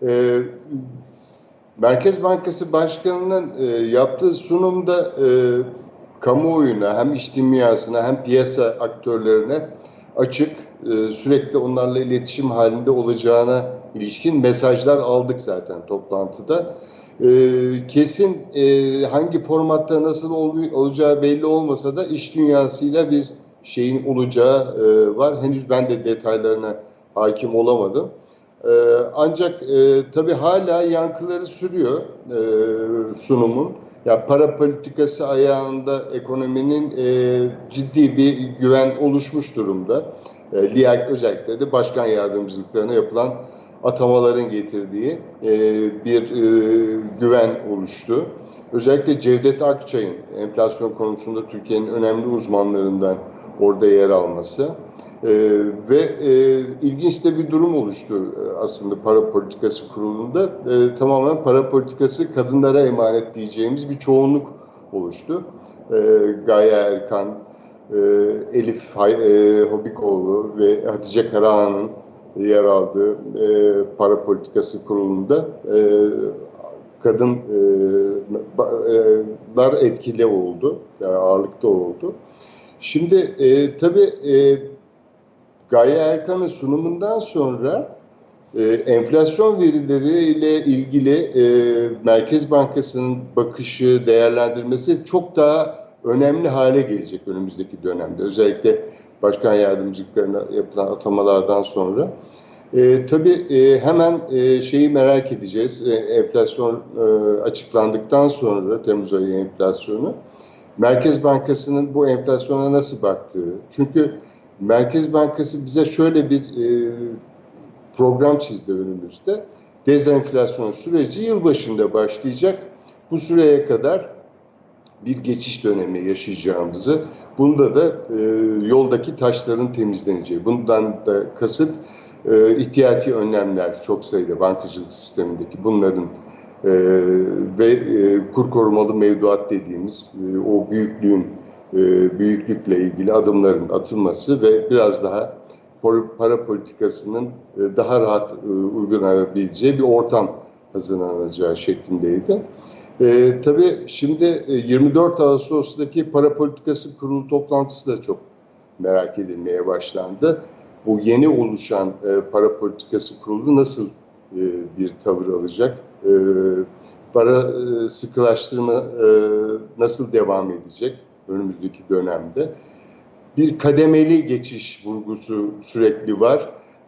Merkez Bankası Başkanı'nın yaptığı sunumda kamuoyuna hem iş dünyasına hem piyasa aktörlerine açık, sürekli onlarla iletişim halinde olacağına ilişkin mesajlar aldık zaten toplantıda. Kesin hangi formatta nasıl olacağı belli olmasa da iş dünyasıyla bir şeyin olacağı var. Henüz ben de detaylarına hakim olamadım. Ancak tabii hala yankıları sürüyor sunumun. Ya para politikası ayağında ekonominin ciddi bir güven oluşmuş durumda. Özellikle de başkan yardımcılıklarına yapılan atamaların getirdiği bir güven oluştu. Özellikle Cevdet Akçay'ın enflasyon konusunda Türkiye'nin önemli uzmanlarından orada yer alması ve ilginç de bir durum oluştu aslında para politikası kurulunda. Tamamen para politikası kadınlara emanet diyeceğimiz bir çoğunluk oluştu. Gaye Erkan, Elif Hobikoğlu ve Hatice Karahan'ın yer aldığı para politikası kurulunda kadınlar etkili oldu, yani ağırlıkta oldu. Şimdi tabii Gaye Erkan'ın sunumundan sonra enflasyon verileriyle ilgili Merkez Bankası'nın bakışı, değerlendirmesi çok daha önemli hale gelecek önümüzdeki dönemde. Özellikle başkan yardımcılıklarına yapılan atamalardan sonra. Tabii hemen şeyi merak edeceğiz. Enflasyon açıklandıktan sonra, Temmuz ayı enflasyonu, Merkez Bankası'nın bu enflasyona nasıl baktığı. Çünkü Merkez Bankası bize şöyle bir program çizdi önümüzde. Dezenflasyon süreci yılbaşında başlayacak. Bu süreye kadar bir geçiş dönemi yaşayacağımızı, bunda da yoldaki taşların temizleneceği, bundan da kasıt ihtiyati önlemler, çok sayıda bankacılık sistemindeki bunların ve kur korumalı mevduat dediğimiz o büyüklükle ilgili adımların atılması ve biraz daha para politikasının daha rahat uygulanabileceği bir ortam hazırlanacağı şeklindeydi. Tabii şimdi 24 Ağustos'taki para politikası kurulu toplantısı da çok merak edilmeye başlandı. Bu yeni oluşan para politikası kurulu nasıl bir tavır alacak? Para sıkılaştırma nasıl devam edecek önümüzdeki dönemde? Bir kademeli geçiş vurgusu sürekli var.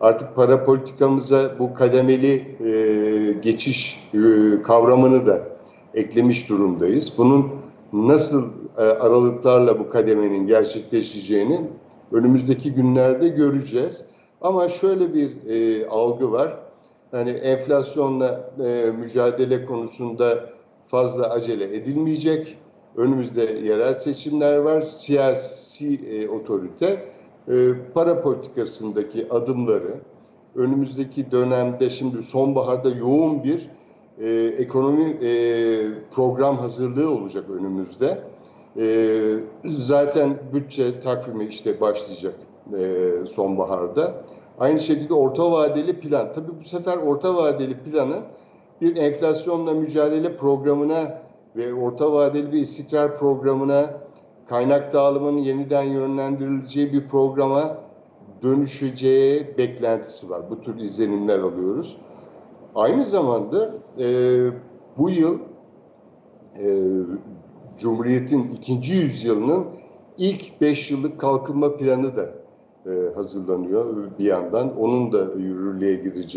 Artık para politikamıza bu kademeli geçiş kavramını da eklemiş durumdayız. Bunun nasıl aralıklarla bu kademenin gerçekleşeceğini önümüzdeki günlerde göreceğiz. Ama şöyle bir algı var. Yani enflasyonla mücadele konusunda fazla acele edilmeyecek. Önümüzde yerel seçimler var. Siyasi otorite para politikasındaki adımları önümüzdeki dönemde, şimdi sonbaharda yoğun bir ekonomi program hazırlığı olacak önümüzde. Zaten bütçe takvimi işte başlayacak sonbaharda. Aynı şekilde orta vadeli plan. Tabii bu sefer orta vadeli planın bir enflasyonla mücadele programına ve orta vadeli bir istikrar programına, kaynak dağılımının yeniden yönlendirileceği bir programa dönüşeceği beklentisi var. Bu tür izlenimler alıyoruz. Aynı zamanda bu yıl Cumhuriyet'in 2. yüzyılının ilk 5 yıllık kalkınma planı da hazırlanıyor bir yandan. Onun da yürürlüğe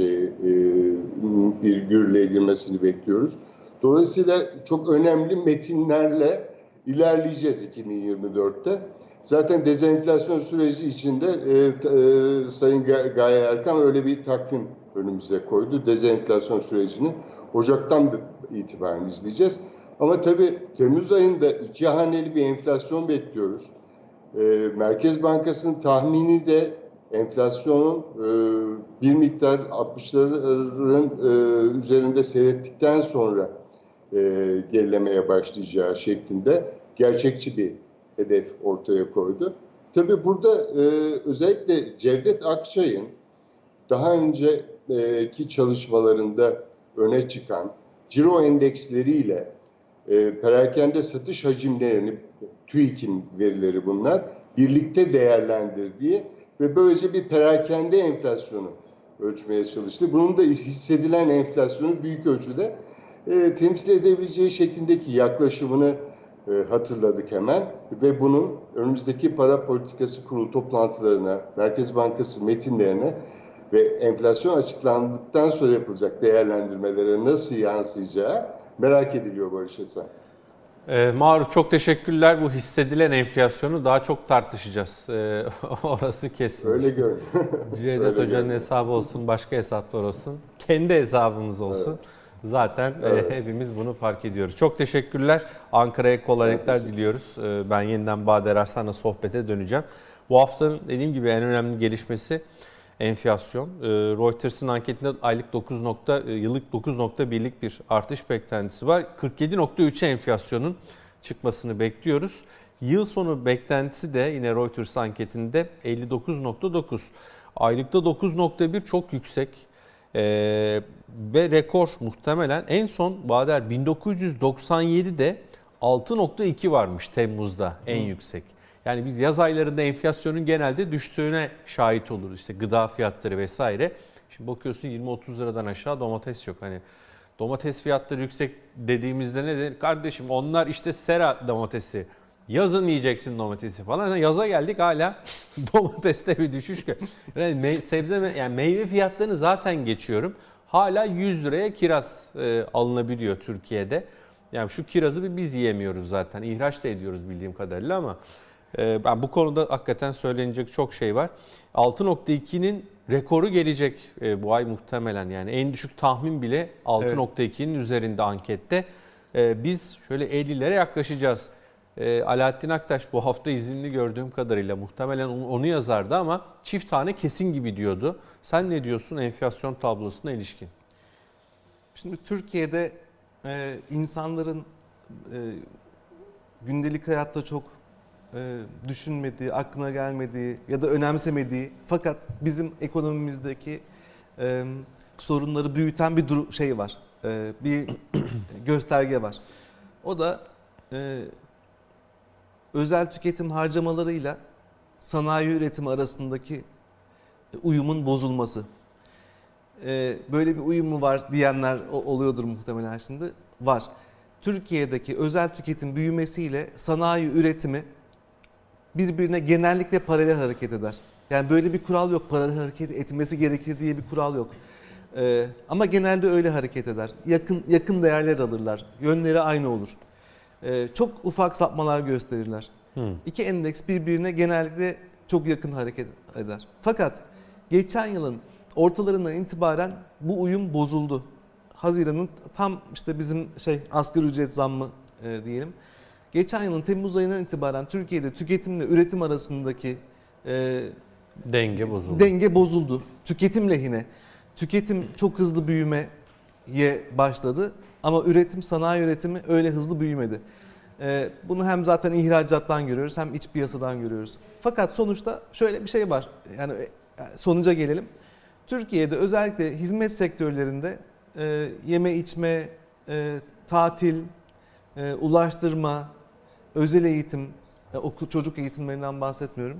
girmesini bekliyoruz. Dolayısıyla çok önemli metinlerle ilerleyeceğiz 2024'te. Zaten dezenflasyon süreci içinde Sayın Gaye Erkan öyle bir takvim önümüze koydu. Dezenflasyon sürecini Ocak'tan itibaren izleyeceğiz. Ama tabii Temmuz ayında 2 haneli bir enflasyon bekliyoruz. Merkez Bankası'nın tahmini de enflasyonun bir miktar 60'ların üzerinde seyrettikten sonra gerilemeye başlayacağı şeklinde gerçekçi bir hedef ortaya koydu. Tabii burada özellikle Cevdet Akçay'ın daha önceki çalışmalarında öne çıkan ciro endeksleriyle perakende satış hacimlerini, TÜİK'in verileri bunlar, birlikte değerlendirdiği ve böylece bir perakende enflasyonu ölçmeye çalıştı. Bunun da hissedilen enflasyonu büyük ölçüde temsil edebileceği şeklindeki yaklaşımını hatırladık hemen ve bunun önümüzdeki para politikası kurulu toplantılarına, Merkez Bankası metinlerine ve enflasyon açıklandıktan sonra yapılacak değerlendirmelere nasıl yansıyacağı merak ediliyor Barış Esen. Maruf, çok teşekkürler. Bu hissedilen enflasyonu daha çok tartışacağız. Orası kesin. Öyle görünüyor. Cevdet Hoca'nın hesabı olsun, başka hesaplar olsun, kendi hesabımız olsun. Evet. Zaten hepimiz bunu fark ediyoruz. Çok teşekkürler. Ankara'ya kolaylıklar diliyoruz. Ben yeniden Bahadır Arslan'la sohbete döneceğim. Bu haftanın dediğim gibi en önemli gelişmesi enflasyon. Reuters'ın anketinde yıllık 9.1'lik bir artış beklentisi var. 47.3'e enflasyonun çıkmasını bekliyoruz. Yıl sonu beklentisi de yine Reuters anketinde 59.9. Aylıkta 9.1 çok yüksek. Ve rekor muhtemelen en son Bahadır 1997'de 6.2 varmış Temmuz'da en yüksek. Yani biz yaz aylarında enflasyonun genelde düştüğüne şahit oluruz. İşte gıda fiyatları vesaire. Şimdi bakıyorsun 20-30 liradan aşağı domates yok. Hani domates fiyatları yüksek dediğimizde ne der? Kardeşim onlar işte sera domatesi. Yazın yiyeceksin domatesi falan. Yani yaza geldik hala domateste bir düşüş. Yani yani meyve fiyatlarını zaten geçiyorum. Hala 100 liraya kiraz alınabiliyor Türkiye'de. Yani şu kirazı biz yiyemiyoruz zaten. İhraç da ediyoruz bildiğim kadarıyla ama ben bu konuda hakikaten söylenecek çok şey var. 6.2'nin rekoru gelecek bu ay muhtemelen. Yani en düşük tahmin bile 6.2'nin üzerinde ankette. Biz şöyle 50'lere yaklaşacağız. Alaaddin Aktaş bu hafta izinli gördüğüm kadarıyla muhtemelen onu yazardı ama çift tane kesin gibi diyordu. Sen ne diyorsun enflasyon tablosuna ilişkin? Şimdi Türkiye'de insanların gündelik hayatta çok düşünmediği, aklına gelmediği ya da önemsemediği fakat bizim ekonomimizdeki sorunları büyüten bir şey var. Bir gösterge var. O da özel tüketim harcamalarıyla sanayi üretimi arasındaki uyumun bozulması. Böyle bir uyum mu var diyenler oluyordur muhtemelen şimdi. Var. Türkiye'deki özel tüketim büyümesiyle sanayi üretimi birbirine genellikle paralel hareket eder. Yani böyle bir kural yok. Para hareket etmesi gerekir diye bir kural yok. Ama genelde öyle hareket eder. Yakın değerler alırlar. Yönleri aynı olur. Çok ufak sapmalar gösterirler. İki endeks birbirine genellikle çok yakın hareket eder. Fakat geçen yılın ortalarından itibaren bu uyum bozuldu. Haziran'ın tam işte bizim asgari ücret zammı diyelim. Geçen yılın Temmuz ayından itibaren Türkiye'de tüketimle üretim arasındaki denge bozuldu. Tüketim lehine. Tüketim çok hızlı büyümeye başladı ama sanayi üretimi öyle hızlı büyümedi. Bunu hem zaten ihracattan görüyoruz hem iç piyasadan görüyoruz. Fakat sonuçta şöyle bir şey var. Yani sonuca gelelim. Türkiye'de özellikle hizmet sektörlerinde yeme içme, tatil, ulaştırma, özel eğitim, çocuk eğitimlerinden bahsetmiyorum,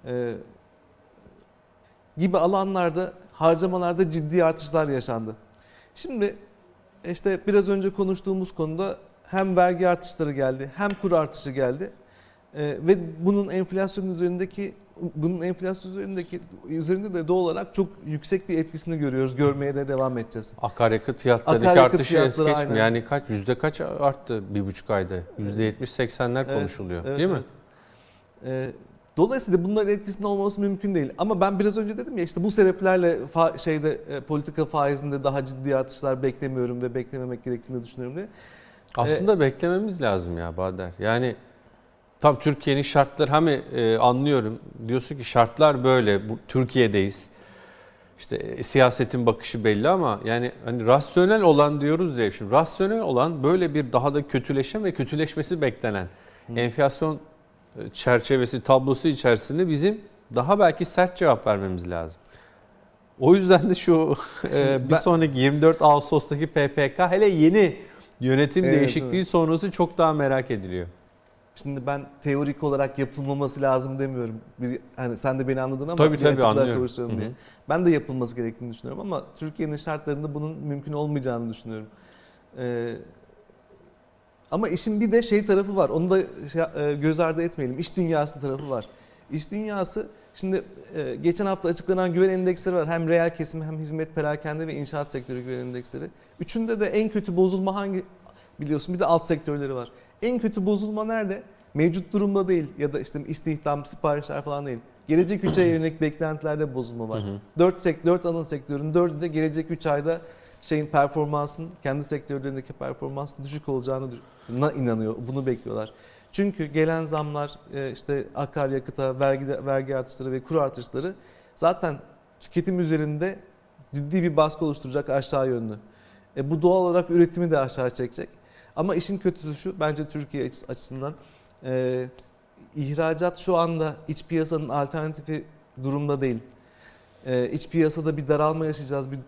gibi alanlarda harcamalarda ciddi artışlar yaşandı. Şimdi işte biraz önce konuştuğumuz konuda hem vergi artışları geldi hem kur artışı geldi ve bunun enflasyon üzerinde de doğal olarak çok yüksek bir etkisini görmeye de devam edeceğiz. Akaryakıt fiyatlarındaki artışı es geçmiyor. Yani kaç arttı 1,5 ayda? %70-80'ler konuşuluyor, evet, değil mi? Evet. Dolayısıyla bunların etkisinin olması mümkün değil. Ama ben biraz önce dedim ya işte bu sebeplerle politika faizinde daha ciddi artışlar beklemiyorum ve beklememek gerektiğini düşünüyorum diye. Aslında beklememiz lazım ya Bader. Yani tam Türkiye'nin şartları anlıyorum. Diyorsun ki şartlar böyle. Türkiye'deyiz. İşte siyasetin bakışı belli ama yani hani rasyonel olan diyoruz ya, şimdi rasyonel olan böyle bir daha da kötüleşen ve kötüleşmesi beklenen enflasyon çerçevesi, tablosu içerisinde bizim daha belki sert cevap vermemiz lazım. O yüzden de bir sonraki 24 Ağustos'taki PPK hele yeni yönetim değişikliği sonrası çok daha merak ediliyor. Şimdi ben teorik olarak yapılmaması lazım demiyorum. Hani sen de beni anladın ama tabii anlıyorum. Diye. Ben de yapılması gerektiğini düşünüyorum ama Türkiye'nin şartlarında bunun mümkün olmayacağını düşünüyorum. Ama işin bir de tarafı var. Onu da göz ardı etmeyelim. İş dünyası tarafı var. İş dünyası şimdi geçen hafta açıklanan güven endeksleri var. Hem reel kesim hem hizmet, perakende ve inşaat sektörü güven endeksleri. Üçünde de en kötü bozulma hangi biliyorsun, bir de alt sektörleri var. En kötü bozulma nerede? Mevcut durumda değil ya da işte istihdam, siparişler falan değil. Gelecek 3 aya yönelik beklentilerde bozulma var. 4 ana sektörün 4'ü de gelecek 3 ayda kendi sektörlerindeki performansın düşük olacağına inanıyor. Bunu bekliyorlar. Çünkü gelen zamlar, işte akaryakıta, vergi artışları ve kur artışları zaten tüketim üzerinde ciddi bir baskı oluşturacak aşağı yönlü. Bu doğal olarak üretimi de aşağı çekecek. Ama işin kötüsü şu, bence Türkiye açısından ihracat şu anda iç piyasanın alternatifi durumda değil. İç piyasada bir daralma yaşayacağız, bir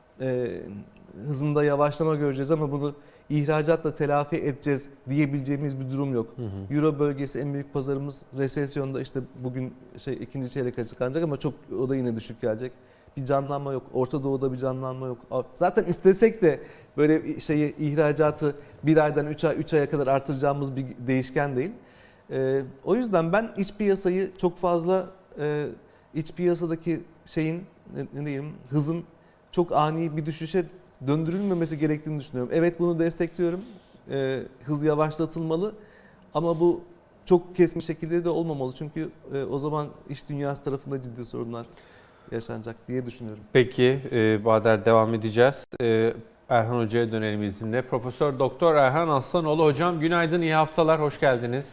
hızında yavaşlama göreceğiz ama bunu ihracatla telafi edeceğiz diyebileceğimiz bir durum yok. Euro bölgesi en büyük pazarımız, resesyonda işte bugün ikinci çeyrek açıklanacak ama o da yine düşük gelecek. Bir canlanma yok. Orta Doğu'da bir canlanma yok. Zaten istesek de böyle ihracatı bir aydan 3 aya kadar artıracağımız bir değişken değil. O yüzden ben iç piyasayı çok fazla iç piyasadaki hızın çok ani bir düşüşe döndürülmemesi gerektiğini düşünüyorum. Evet, bunu destekliyorum. Hız yavaşlatılmalı ama bu çok keskin şekilde de olmamalı. Çünkü o zaman iş dünyası tarafında ciddi sorunlar yaşanacak diye düşünüyorum. Peki Bader, devam edeceğiz. Erhan Hoca'ya dönelim izninle. Profesör Doktor Erhan Aslanoğlu hocam, günaydın, iyi haftalar, hoş geldiniz.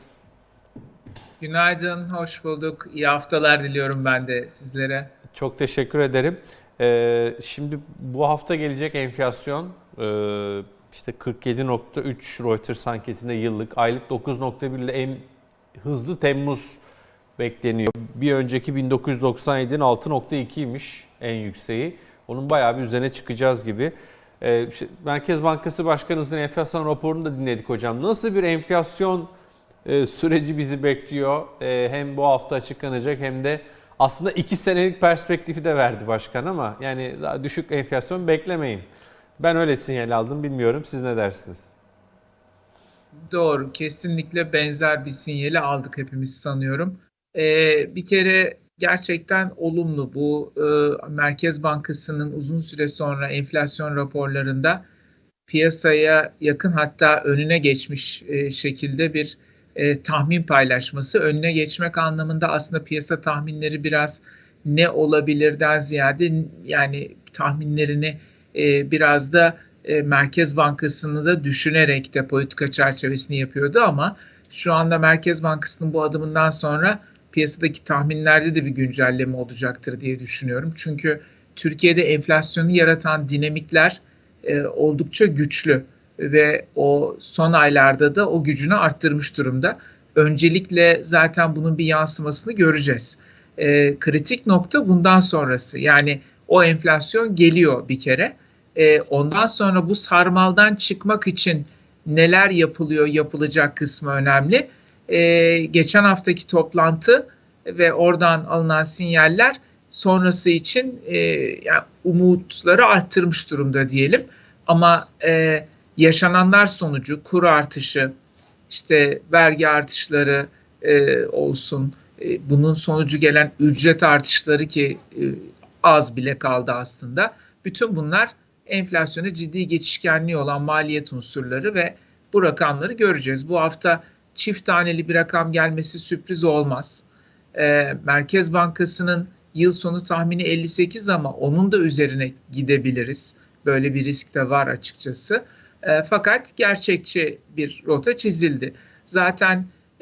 Günaydın, hoş bulduk. İyi haftalar diliyorum ben de sizlere. Çok teşekkür ederim. Şimdi bu hafta gelecek enflasyon işte 47.3 Reuters anketinde yıllık, aylık 9.1 ile en hızlı Temmuz bekleniyor. Bir önceki 1997'nin 6.2'ymiş en yükseği. Onun bayağı bir üzerine çıkacağız gibi. Merkez Bankası Başkanımızın enflasyon raporunu da dinledik hocam. Nasıl bir enflasyon süreci bizi bekliyor? Hem bu hafta açıklanacak hem de aslında 2 senelik perspektifi de verdi başkan ama yani daha düşük enflasyon beklemeyin. Ben öyle sinyal aldım, bilmiyorum. Siz ne dersiniz? Doğru, kesinlikle benzer bir sinyali aldık hepimiz sanıyorum. Bir kere gerçekten olumlu. Bu Merkez Bankası'nın uzun süre sonra enflasyon raporlarında piyasaya yakın, hatta önüne geçmiş şekilde bir tahmin paylaşması. Önüne geçmek anlamında aslında piyasa tahminleri biraz ne olabilirden ziyade, yani tahminlerini biraz da Merkez Bankası'nı da düşünerek de politika çerçevesini yapıyordu, ama şu anda Merkez Bankası'nın bu adımından sonra piyasadaki tahminlerde de bir güncelleme olacaktır diye düşünüyorum. Çünkü Türkiye'de enflasyonu yaratan dinamikler oldukça güçlü ve o son aylarda da o gücünü arttırmış durumda. Öncelikle zaten bunun bir yansımasını göreceğiz. Kritik nokta bundan sonrası. Yani o enflasyon geliyor bir kere. Ondan sonra bu sarmaldan çıkmak için neler yapılıyor, yapılacak kısmı önemli. Geçen haftaki toplantı ve oradan alınan sinyaller sonrası için yani umutları arttırmış durumda diyelim. Ama yaşananlar sonucu kur artışı, işte vergi artışları olsun, bunun sonucu gelen ücret artışları ki az bile kaldı aslında. Bütün bunlar enflasyona ciddi geçişkenliği olan maliyet unsurları ve bu rakamları göreceğiz. Bu hafta çift taneli bir rakam gelmesi sürpriz olmaz. Merkez Bankası'nın yıl sonu tahmini 58 ama onun da üzerine gidebiliriz. Böyle bir risk de var açıkçası. Fakat gerçekçi bir rota çizildi. Zaten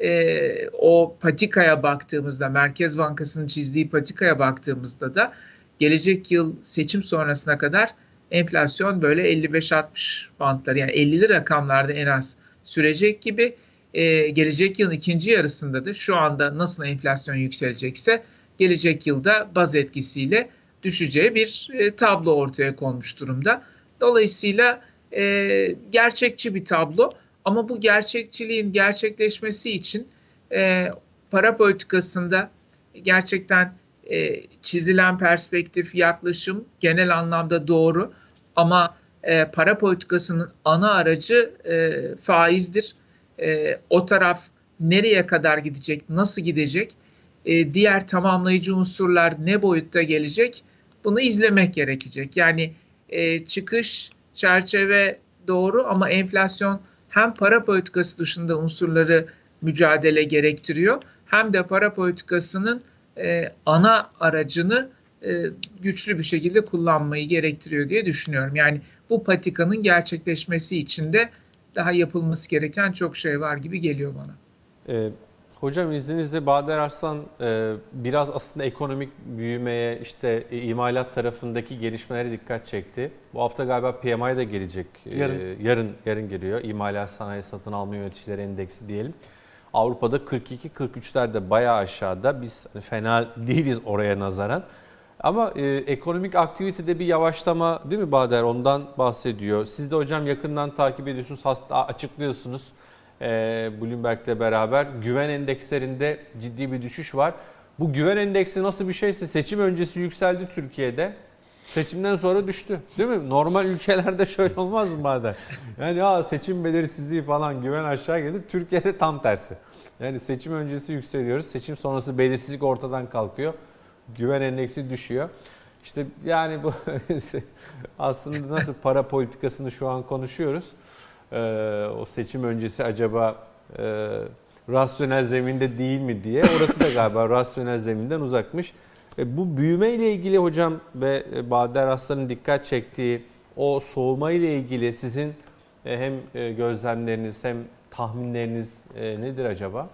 o patikaya baktığımızda, Merkez Bankası'nın çizdiği patikaya baktığımızda da gelecek yıl seçim sonrasına kadar enflasyon böyle 55-60 bantları, yani 50'li rakamlarda en az sürecek gibi. Gelecek yılın ikinci yarısında da şu anda nasıl enflasyon yükselecekse gelecek yılda baz etkisiyle düşeceği bir tablo ortaya konmuş durumda. Dolayısıyla gerçekçi bir tablo, ama bu gerçekçiliğin gerçekleşmesi için para politikasında gerçekten çizilen perspektif, yaklaşım genel anlamda doğru, ama para politikasının ana aracı faizdir. O taraf nereye kadar gidecek, nasıl gidecek, diğer tamamlayıcı unsurlar ne boyutta gelecek, bunu izlemek gerekecek. Yani çıkış çerçeve doğru, ama enflasyon hem para politikası dışında unsurları mücadele gerektiriyor, hem de para politikasının ana aracını güçlü bir şekilde kullanmayı gerektiriyor diye düşünüyorum. Yani bu patikanın gerçekleşmesi için de daha yapılması gereken çok şey var gibi geliyor bana. Hocam izninizle Bader Arslan biraz aslında ekonomik büyümeye, işte imalat tarafındaki gelişmelere dikkat çekti. Bu hafta galiba PMI de gelecek. Yarın geliyor. İmalat Sanayi Satın Alma Yöneticileri Endeksi diyelim. Avrupa'da 42-43'lerde bayağı aşağıda. Biz fena değiliz oraya nazaran. Ama ekonomik aktivitede bir yavaşlama değil mi Bader? Ondan bahsediyor. Siz de hocam yakından takip ediyorsunuz, açıklıyorsunuz. Bloomberg'le beraber güven endekslerinde ciddi bir düşüş var. Bu güven endeksi nasıl bir şeyse seçim öncesi yükseldi Türkiye'de. Seçimden sonra düştü. Değil mi? Normal ülkelerde şöyle olmaz mı Bader? Yani seçim belirsizliği falan, güven aşağı gelir. Türkiye'de tam tersi. Yani seçim öncesi yükseliyoruz. Seçim sonrası belirsizlik ortadan kalkıyor. Güven endeksi düşüyor. İşte yani bu aslında nasıl para politikasını şu an konuşuyoruz. O seçim öncesi acaba rasyonel zeminde değil mi diye. Orası da galiba rasyonel zeminden uzakmış. Bu büyüme ile ilgili hocam ve Bader Arslan'ın dikkat çektiği o soğuma ile ilgili sizin hem gözlemleriniz hem tahminleriniz nedir acaba?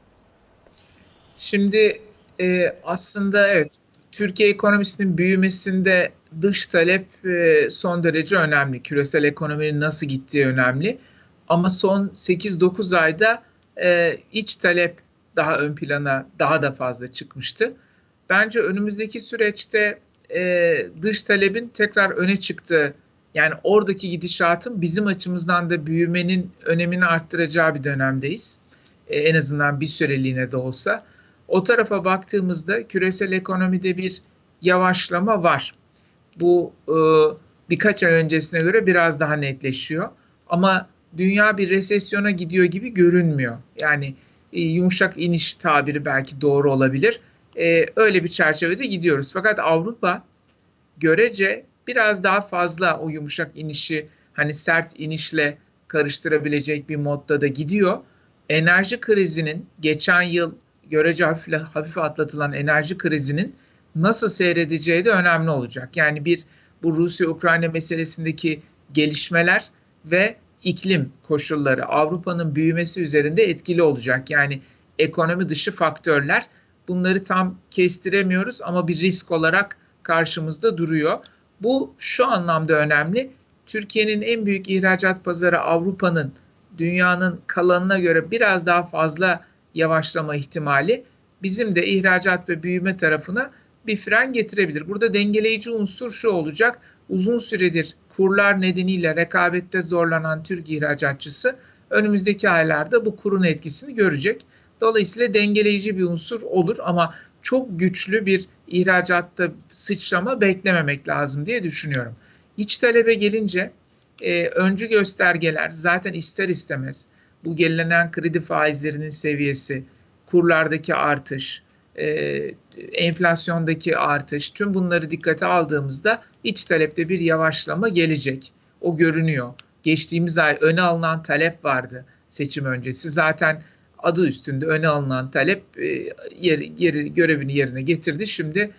Şimdi aslında evet, Türkiye ekonomisinin büyümesinde dış talep son derece önemli. Küresel ekonominin nasıl gittiği önemli. Ama son 8-9 ayda iç talep daha ön plana, daha da fazla çıkmıştı. Bence önümüzdeki süreçte dış talebin tekrar öne çıktığı, yani oradaki gidişatın bizim açımızdan da büyümenin önemini arttıracağı bir dönemdeyiz. En azından bir süreliğine de olsa. O tarafa baktığımızda küresel ekonomide bir yavaşlama var. Bu birkaç ay öncesine göre biraz daha netleşiyor. Ama dünya bir resesyona gidiyor gibi görünmüyor. Yani yumuşak iniş tabiri belki doğru olabilir. Öyle bir çerçevede gidiyoruz. Fakat Avrupa görece biraz daha fazla o yumuşak inişi hani sert inişle karıştırabilecek bir modda da gidiyor. Enerji krizinin geçen yıl görece hafif atlatılan enerji krizinin nasıl seyredeceği de önemli olacak. Yani bu Rusya-Ukrayna meselesindeki gelişmeler ve iklim koşulları Avrupa'nın büyümesi üzerinde etkili olacak. Yani ekonomi dışı faktörler, bunları tam kestiremiyoruz ama bir risk olarak karşımızda duruyor. Bu şu anlamda önemli. Türkiye'nin en büyük ihracat pazarı Avrupa'nın dünyanın kalanına göre biraz daha fazla yavaşlama ihtimali bizim de ihracat ve büyüme tarafına bir fren getirebilir. Burada dengeleyici unsur şu olacak: uzun süredir kurlar nedeniyle rekabette zorlanan Türk ihracatçısı önümüzdeki aylarda bu kurun etkisini görecek. Dolayısıyla dengeleyici bir unsur olur ama çok güçlü bir ihracatta sıçrama beklememek lazım diye düşünüyorum. İç talebe gelince öncü göstergeler zaten ister istemez bu gelinen kredi faizlerinin seviyesi, kurlardaki artış, enflasyondaki artış, tüm bunları dikkate aldığımızda iç talepte bir yavaşlama gelecek. O görünüyor. Geçtiğimiz ay öne alınan talep vardı seçim öncesi. Zaten adı üstünde öne alınan talep görevini yerine getirdi. Şimdi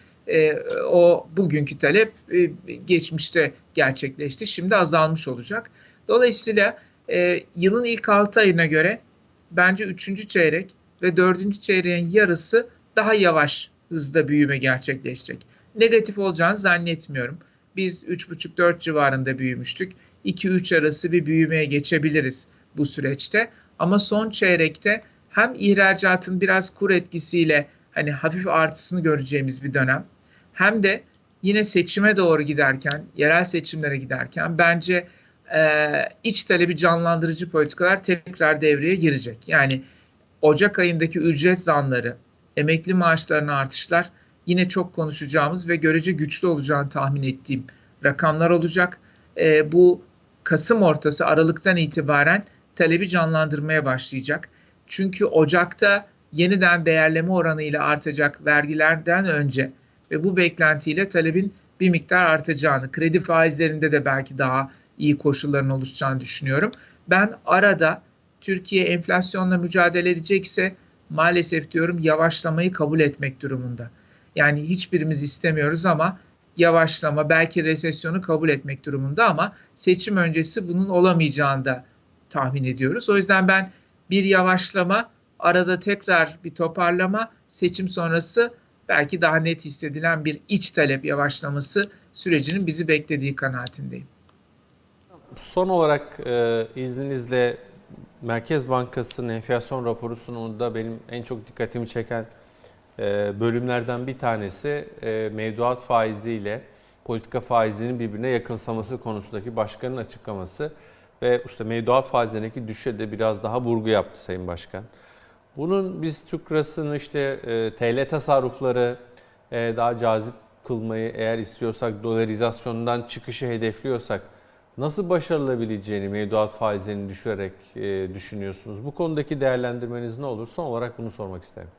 o bugünkü talep geçmişte gerçekleşti. Şimdi azalmış olacak. Dolayısıyla yılın ilk 6 ayına göre bence 3. çeyrek ve 4. çeyreğin yarısı daha yavaş hızda büyüme gerçekleşecek. Negatif olacağını zannetmiyorum. Biz 3,5-4 civarında büyümüştük. 2-3 arası bir büyümeye geçebiliriz bu süreçte. Ama son çeyrekte hem ihracatın biraz kur etkisiyle hani hafif artısını göreceğimiz bir dönem, hem de yine seçime doğru giderken, yerel seçimlere giderken bence iç talebi canlandırıcı politikalar tekrar devreye girecek. Yani Ocak ayındaki ücret zamları, emekli maaşlarına artışlar yine çok konuşacağımız ve görece güçlü olacağını tahmin ettiğim rakamlar olacak. Bu Kasım ortası, Aralık'tan itibaren talebi canlandırmaya başlayacak. Çünkü Ocak'ta yeniden değerleme oranıyla artacak vergilerden önce ve bu beklentiyle talebin bir miktar artacağını, kredi faizlerinde de belki daha iyi koşulların oluşacağını düşünüyorum. Ben arada Türkiye enflasyonla mücadele edecekse maalesef diyorum yavaşlamayı kabul etmek durumunda. Yani hiçbirimiz istemiyoruz ama yavaşlama, belki resesyonu kabul etmek durumunda ama seçim öncesi bunun olamayacağını da tahmin ediyoruz. O yüzden ben bir yavaşlama, arada tekrar bir toparlama, seçim sonrası belki daha net hissedilen bir iç talep yavaşlaması sürecinin bizi beklediği kanaatindeyim. Son olarak izninizle Merkez Bankası'nın enflasyon raporu sunumunda benim en çok dikkatimi çeken bölümlerden bir tanesi mevduat faizi ile politika faizinin birbirine yakınsaması konusundaki başkanın açıklaması ve işte mevduat faizlerindeki düşüşe de biraz daha vurgu yaptı Sayın Başkan. Bunun biz Türk lirasını işte TL tasarrufları daha cazip kılmayı eğer istiyorsak, dolarizasyondan çıkışı hedefliyorsak nasıl başarılabileceğini mevduat faizlerini düşürerek düşünüyorsunuz? Bu konudaki değerlendirmeniz ne olur? Son olarak bunu sormak isterim.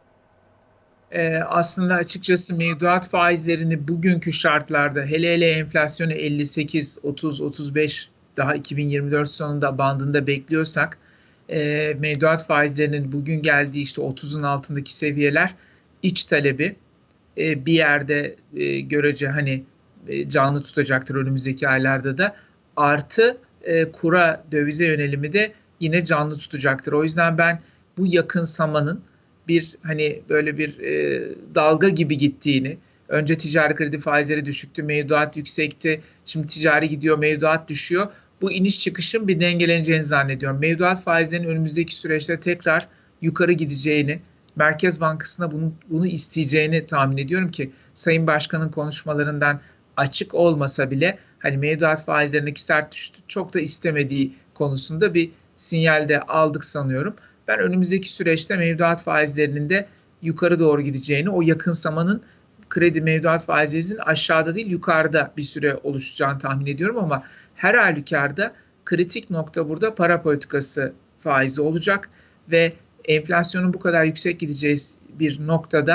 Aslında açıkçası mevduat faizlerini bugünkü şartlarda hele enflasyonu 58, 30, 35 daha 2024 sonunda bandında bekliyorsak mevduat faizlerinin bugün geldiği işte 30'un altındaki seviyeler iç talebi bir yerde görece hani canlı tutacaktır önümüzdeki aylarda da, artı kura, dövize yönelimi de yine canlı tutacaktır. O yüzden ben bu yakınsamanın bir hani böyle bir dalga gibi gittiğini, önce ticari kredi faizleri düşüktü, mevduat yüksekti, şimdi ticari gidiyor, mevduat düşüyor. Bu iniş çıkışın bir dengeleneceğini zannediyorum. Mevduat faizlerinin önümüzdeki süreçte tekrar yukarı gideceğini, Merkez Bankası'na bunu isteyeceğini tahmin ediyorum ki Sayın Başkan'ın konuşmalarından açık olmasa bile hani mevduat faizlerindeki sert düşüş çok da istemediği konusunda bir sinyal de aldık sanıyorum. Ben önümüzdeki süreçte mevduat faizlerinin de yukarı doğru gideceğini, o yakınsamanın kredi mevduat faizlerinin aşağıda değil yukarıda bir süre oluşacağını tahmin ediyorum ama her halükarda kritik nokta burada para politikası faizi olacak ve enflasyonun bu kadar yüksek gideceği bir noktada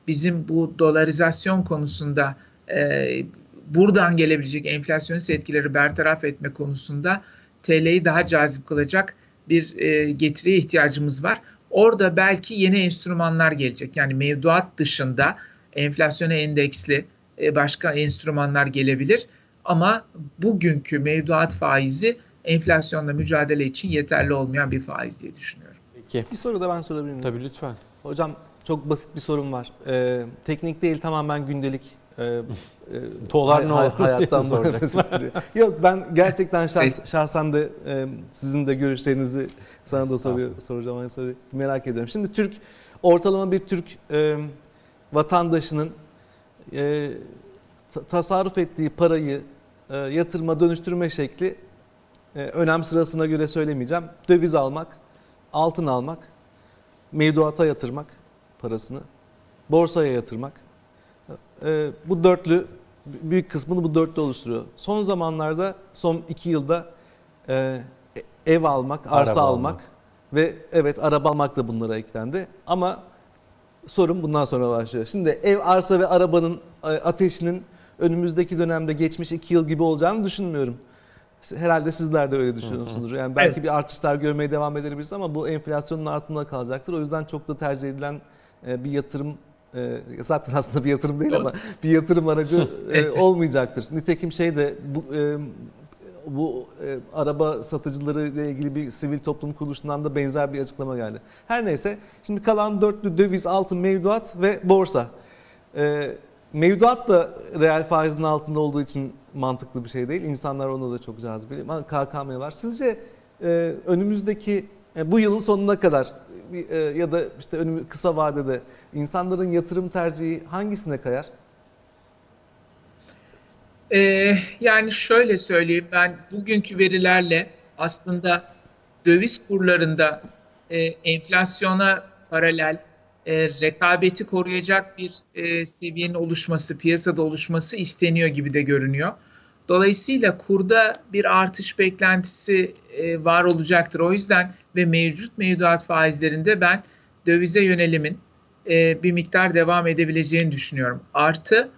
bizim bu dolarizasyon konusunda buradan gelebilecek enflasyonist etkileri bertaraf etme konusunda TL'yi daha cazip kılacak bir getiriye ihtiyacımız var. Orada belki yeni enstrümanlar gelecek. Yani mevduat dışında enflasyona endeksli başka enstrümanlar gelebilir. Ama bugünkü mevduat faizi enflasyonla mücadele için yeterli olmayan bir faiz diye düşünüyorum. Peki. Bir soru da ben sorabilir miyim? Tabii lütfen. Hocam çok basit bir sorum var. Teknik değil, tamamen gündelik. Dolar ne olur hayattan diye soracaksın. Yok, ben gerçekten şahsen de sizin de görüşlerinizi sana da soracağım. Aynı soruyu merak ediyorum. Şimdi ortalama bir Türk vatandaşının tasarruf ettiği parayı yatırıma dönüştürme şekli, önem sırasına göre söylemeyeceğim. Döviz almak, altın almak, mevduata yatırmak parasını, borsaya yatırmak. Bu dörtlü, büyük kısmını bu dörtlü oluşturuyor. Son zamanlarda, son 2 yılda ev almak, arsa almak ve evet, araba almak da bunlara eklendi. Ama sorun bundan sonra başlıyor. Şimdi ev, arsa ve arabanın ateşinin önümüzdeki dönemde geçmiş 2 yıl gibi olacağını düşünmüyorum. Herhalde sizler de öyle düşünüyorsunuzdur. Yani belki bir artışlar görmeye devam edebiliriz ama bu enflasyonun altında kalacaktır. O yüzden çok da tercih edilen bir yatırım, zaten aslında bir yatırım değil ama bir yatırım aracı olmayacaktır. Nitekim bu araba satıcıları ile ilgili bir sivil toplum kuruluşundan da benzer bir açıklama geldi. Her neyse, şimdi kalan dörtlü döviz, altın, mevduat ve borsa. Mevduat da reel faizin altında olduğu için mantıklı bir şey değil. İnsanlar ona da çok cazibeli. KKM var. Sizce önümüzdeki bu yılın sonuna kadar ya da işte kısa vadede insanların yatırım tercihi hangisine kayar? Yani şöyle söyleyeyim, ben bugünkü verilerle aslında döviz kurlarında enflasyona paralel rekabeti koruyacak bir seviyenin oluşması, piyasada oluşması isteniyor gibi de görünüyor. Dolayısıyla kurda bir artış beklentisi var olacaktır. O yüzden ve mevcut mevduat faizlerinde ben dövize yönelimin bir miktar devam edebileceğini düşünüyorum. Artı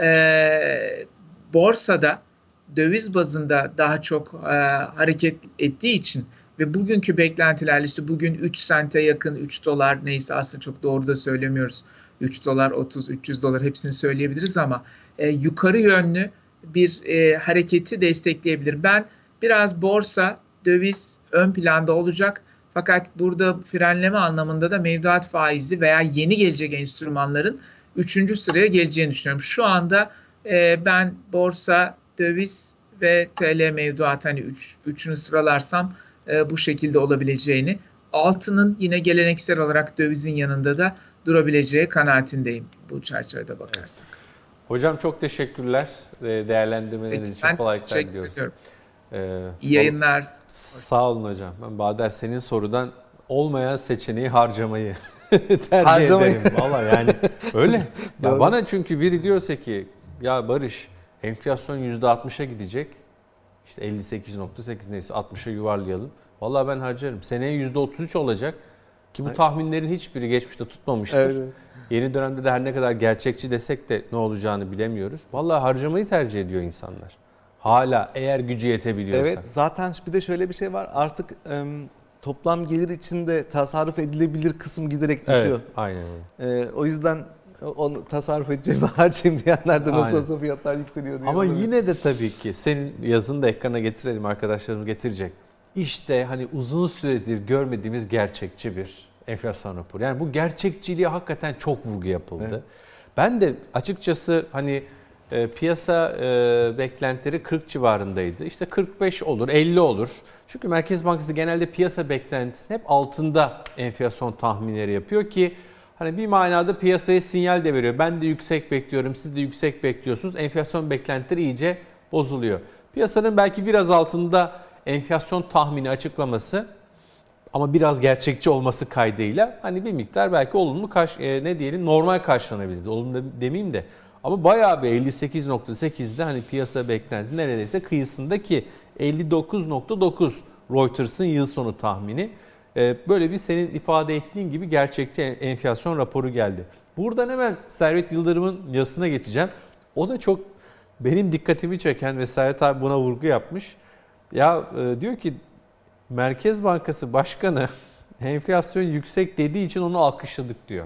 borsada döviz bazında daha çok hareket ettiği için ve bugünkü beklentilerle işte bugün 3 sente yakın, 3 dolar neyse, aslında çok doğru da söylemiyoruz. 3 dolar 30, 300 dolar hepsini söyleyebiliriz ama yukarı yönlü bir hareketi destekleyebilir. Ben biraz borsa, döviz ön planda olacak. Fakat burada frenleme anlamında da mevduat faizi veya yeni gelecek enstrümanların 3. sıraya geleceğini düşünüyorum. Şu anda ben borsa, döviz ve TL mevduat, hani üçünü sıralarsam bu şekilde olabileceğini, altının yine geleneksel olarak dövizin yanında da durabileceği kanaatindeyim bu çerçevede bakarsak. Hocam çok teşekkürler değerlendirmeleriniz için, kolaylıklar diliyoruz. İyi yayınlar. Sağ olun hocam. Ben Bahadır, senin sorudan olmayan seçeneği harcamayı tercih ederim. Vallahi yani öyle. Ya bana çünkü biri diyorsa ki ya Barış, enflasyon %60'a gidecek. İşte 58.8 neyse 60'a yuvarlayalım. Vallahi ben harcarım. Seneye %33 olacak. Ki bu tahminlerin hiçbiri geçmişte tutmamıştır. Evet. Yeni dönemde de her ne kadar gerçekçi desek de ne olacağını bilemiyoruz. Vallahi harcamayı tercih ediyor insanlar. Hala, eğer gücü yetebiliyorsa. Evet, zaten bir de şöyle bir şey var. Artık toplam gelir içinde tasarruf edilebilir kısım giderek düşüyor. Evet, aynen öyle. O yüzden onu tasarruf edeceğimi harcayayım diyenler de nasıl olsa fiyatlar yükseliyor diye. Ama yine de tabii ki senin yazını da ekrana getirelim, arkadaşlarımız getirecek. İşte hani uzun süredir görmediğimiz gerçekçi bir enflasyon raporu. Yani bu gerçekçiliğe hakikaten çok vurgu yapıldı. Evet. Ben de açıkçası hani piyasa beklentileri 40 civarındaydı. İşte 45 olur, 50 olur. Çünkü Merkez Bankası genelde piyasa beklentisinin hep altında enflasyon tahminleri yapıyor ki hani bir manada piyasaya sinyal de veriyor. Ben de yüksek bekliyorum, siz de yüksek bekliyorsunuz. Enflasyon beklentileri iyice bozuluyor. Piyasanın belki biraz altında enflasyon tahmini açıklaması ama biraz gerçekçi olması kaydıyla hani bir miktar belki olumlu normal karşılanabilirdi. Olumlu demeyeyim de. Ama bayağı bir 58.8'de hani piyasa beklenti neredeyse kıyısındaki 59.9 Reuters'ın yıl sonu tahmini. Böyle bir senin ifade ettiğin gibi gerçekçi enflasyon raporu geldi. Buradan hemen Servet Yıldırım'ın yazısına geçeceğim. O da çok benim dikkatimi çeken ve Servet abi buna vurgu yapmış. Ya diyor ki Merkez Bankası Başkanı enflasyon yüksek dediği için onu alkışladık diyor.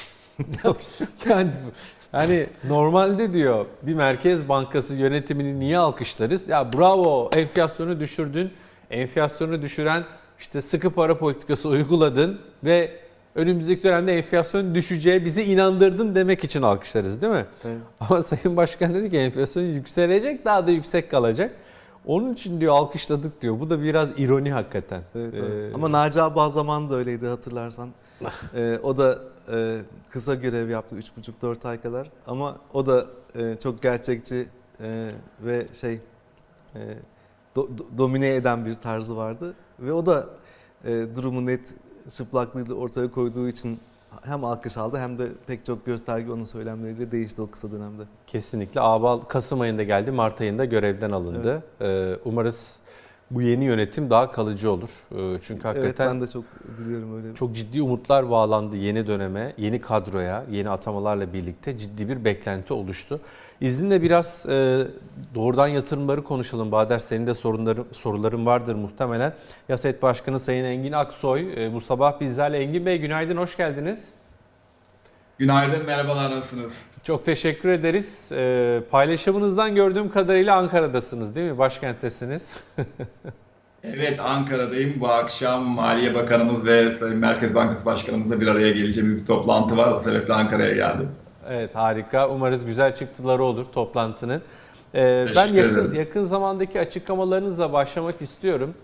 Yani normalde diyor bir Merkez Bankası yönetimini niye alkışlarız? Ya bravo, enflasyonu düşürdün. Enflasyonu düşüren işte sıkı para politikası uyguladın ve önümüzdeki dönemde enflasyon düşeceği bizi inandırdın demek için alkışlarız değil mi? Evet. Ama Sayın Başkan dedi ki enflasyon yükselecek, daha da yüksek kalacak. Onun için diyor alkışladık diyor. Bu da biraz ironi hakikaten. Evet, ama Naci Ağbal zamanında öyleydi hatırlarsan. O da kısa görev yaptı 3,5-4 ay kadar. Ama o da çok gerçekçi ve domine eden bir tarzı vardı. Ve o da durumu net çıplaklığıyla ortaya koyduğu için hem alkış aldı hem de pek çok gösterge onun söylemleriyle değişti o kısa dönemde. Kesinlikle. Ağbal Kasım ayında geldi, Mart ayında görevden alındı. Evet. Umarız bu yeni yönetim daha kalıcı olur. Çünkü hakikaten evet, ben de çok diliyorum öyle. Çok ciddi umutlar bağlandı yeni döneme, yeni kadroya, yeni atamalarla birlikte ciddi bir beklenti oluştu. İzninle biraz doğrudan yatırımları konuşalım. Bahadır, senin de soruların vardır muhtemelen. YASET Başkanı Sayın Engin Aksoy bu sabah bizlerle. Engin Bey günaydın, hoş geldiniz. Günaydın, merhabalar, nasılsınız? Çok teşekkür ederiz. Paylaşımınızdan gördüğüm kadarıyla Ankara'dasınız değil mi? Başkenttesiniz. Evet, Ankara'dayım. Bu akşam Maliye Bakanımız ve Sayın Merkez Bankası Başkanımızla bir araya geleceğimiz bir toplantı var. O sebeple Ankara'ya geldim. Evet, harika. Umarız güzel çıktıları olur toplantının. Ben yakın zamandaki açıklamalarınızla başlamak istiyorum.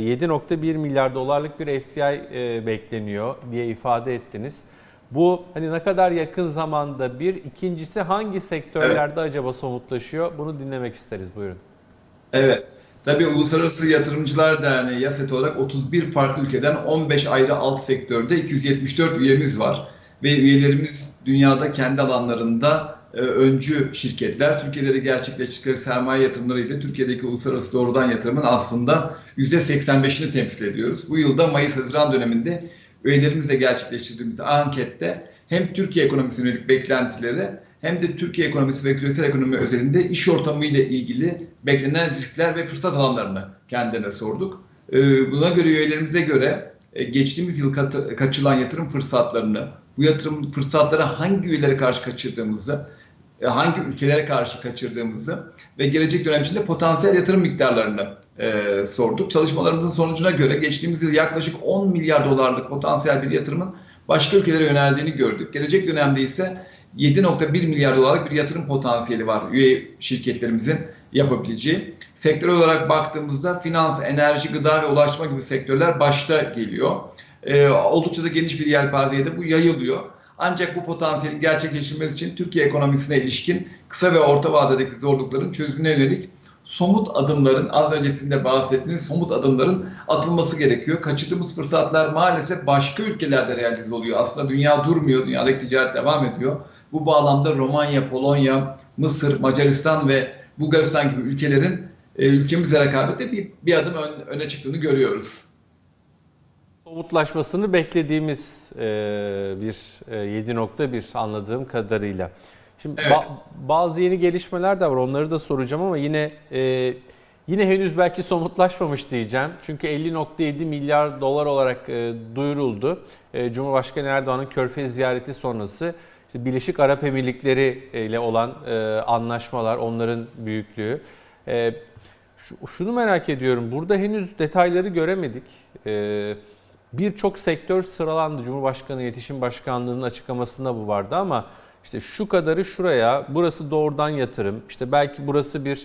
7.1 milyar dolarlık bir FDI bekleniyor diye ifade ettiniz. Bu hani ne kadar yakın zamanda bir, ikincisi hangi sektörlerde acaba somutlaşıyor? Bunu dinlemek isteriz. Buyurun. Evet. Tabii Uluslararası Yatırımcılar Derneği YASET olarak 31 farklı ülkeden 15 ayrı alt sektörde 274 üyemiz var. Ve üyelerimiz dünyada kendi alanlarında öncü şirketler. Türkiye'de gerçekleştikleri sermaye yatırımlarıyla Türkiye'deki uluslararası doğrudan yatırımın aslında %85'ini temsil ediyoruz. Bu yılda Mayıs-Haziran döneminde üyelerimizle gerçekleştirdiğimiz ankette hem Türkiye ekonomisine yönelik beklentileri hem de Türkiye ekonomisi ve küresel ekonomi özelinde iş ortamı ile ilgili beklenen riskler ve fırsat alanlarını kendilerine sorduk. Buna göre üyelerimize göre geçtiğimiz yıl kaçırılan yatırım fırsatlarını, bu yatırım fırsatları hangi üyelere karşı kaçırdığımızı, hangi ülkelere karşı kaçırdığımızı ve gelecek dönem içinde potansiyel yatırım miktarlarını sorduk. Çalışmalarımızın sonucuna göre geçtiğimiz yıl yaklaşık 10 milyar dolarlık potansiyel bir yatırımın başka ülkelere yöneldiğini gördük. Gelecek dönemde ise 7.1 milyar dolarlık bir yatırım potansiyeli var üye şirketlerimizin yapabileceği. Sektör olarak baktığımızda finans, enerji, gıda ve ulaşma gibi sektörler başta geliyor. Oldukça da geniş bir yelpazeye de bu yayılıyor. Ancak bu potansiyelin gerçekleştirilmesi için Türkiye ekonomisine ilişkin kısa ve orta vadedeki zorlukların çözümüne yönelik somut adımların, az öncesinde bahsettiğiniz somut adımların atılması gerekiyor. Kaçırdığımız fırsatlar maalesef başka ülkelerde realize oluyor. Aslında dünya durmuyor, dünyadaki ticaret devam ediyor. Bu bağlamda Romanya, Polonya, Mısır, Macaristan ve Bulgaristan gibi ülkelerin ülkemizle rekabette bir adım öne çıktığını görüyoruz. Somutlaşmasını beklediğimiz bir 7.1 anladığım kadarıyla. Şimdi evet. Bazı yeni gelişmeler de var. Onları da soracağım ama yine henüz belki somutlaşmamış diyeceğim. Çünkü 50.7 milyar dolar olarak duyuruldu. Cumhurbaşkanı Erdoğan'ın Körfez ziyareti sonrası işte Birleşik Arap Emirlikleri ile olan anlaşmalar, onların büyüklüğü. Şunu merak ediyorum. Burada henüz detayları göremedik. Birçok sektör sıralandı. Cumhurbaşkanı İletişim Başkanlığı'nın açıklamasında bu vardı ama işte şu kadarı şuraya, burası doğrudan yatırım, işte belki burası bir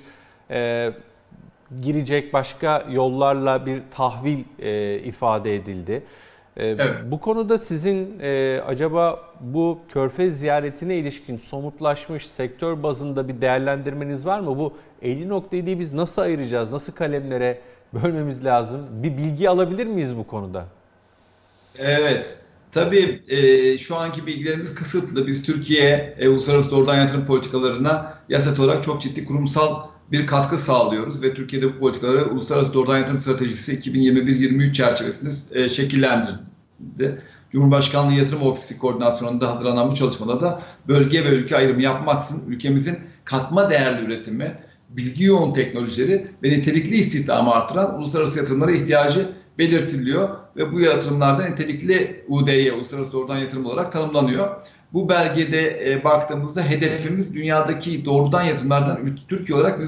girecek başka yollarla bir tahvil ifade edildi. Evet. Bu konuda sizin acaba bu Körfez ziyaretine ilişkin somutlaşmış sektör bazında bir değerlendirmeniz var mı? Bu 50.7'yi biz nasıl ayıracağız, nasıl kalemlere bölmemiz lazım? Bir bilgi alabilir miyiz bu konuda? Evet. Tabii şu anki bilgilerimiz kısıtlı. Biz Türkiye uluslararası doğrudan yatırım politikalarına yasal olarak çok ciddi kurumsal bir katkı sağlıyoruz ve Türkiye'de bu politikaları uluslararası doğrudan yatırım stratejisi 2021-23 çerçevesinde şekillendirdi. Cumhurbaşkanlığı Yatırım Ofisi koordinasyonunda hazırlanan bu çalışmada da bölge ve ülke ayrımı yapmaksızın ülkemizin katma değerli üretimi, bilgi yoğun teknolojileri ve nitelikli istihdamı artıran uluslararası yatırımlara ihtiyacı belirtiliyor ve bu yatırımlarda nitelikli UDY, uluslararası doğrudan yatırım olarak tanımlanıyor. Bu belgede baktığımızda hedefimiz dünyadaki doğrudan yatırımlardan Türkiye olarak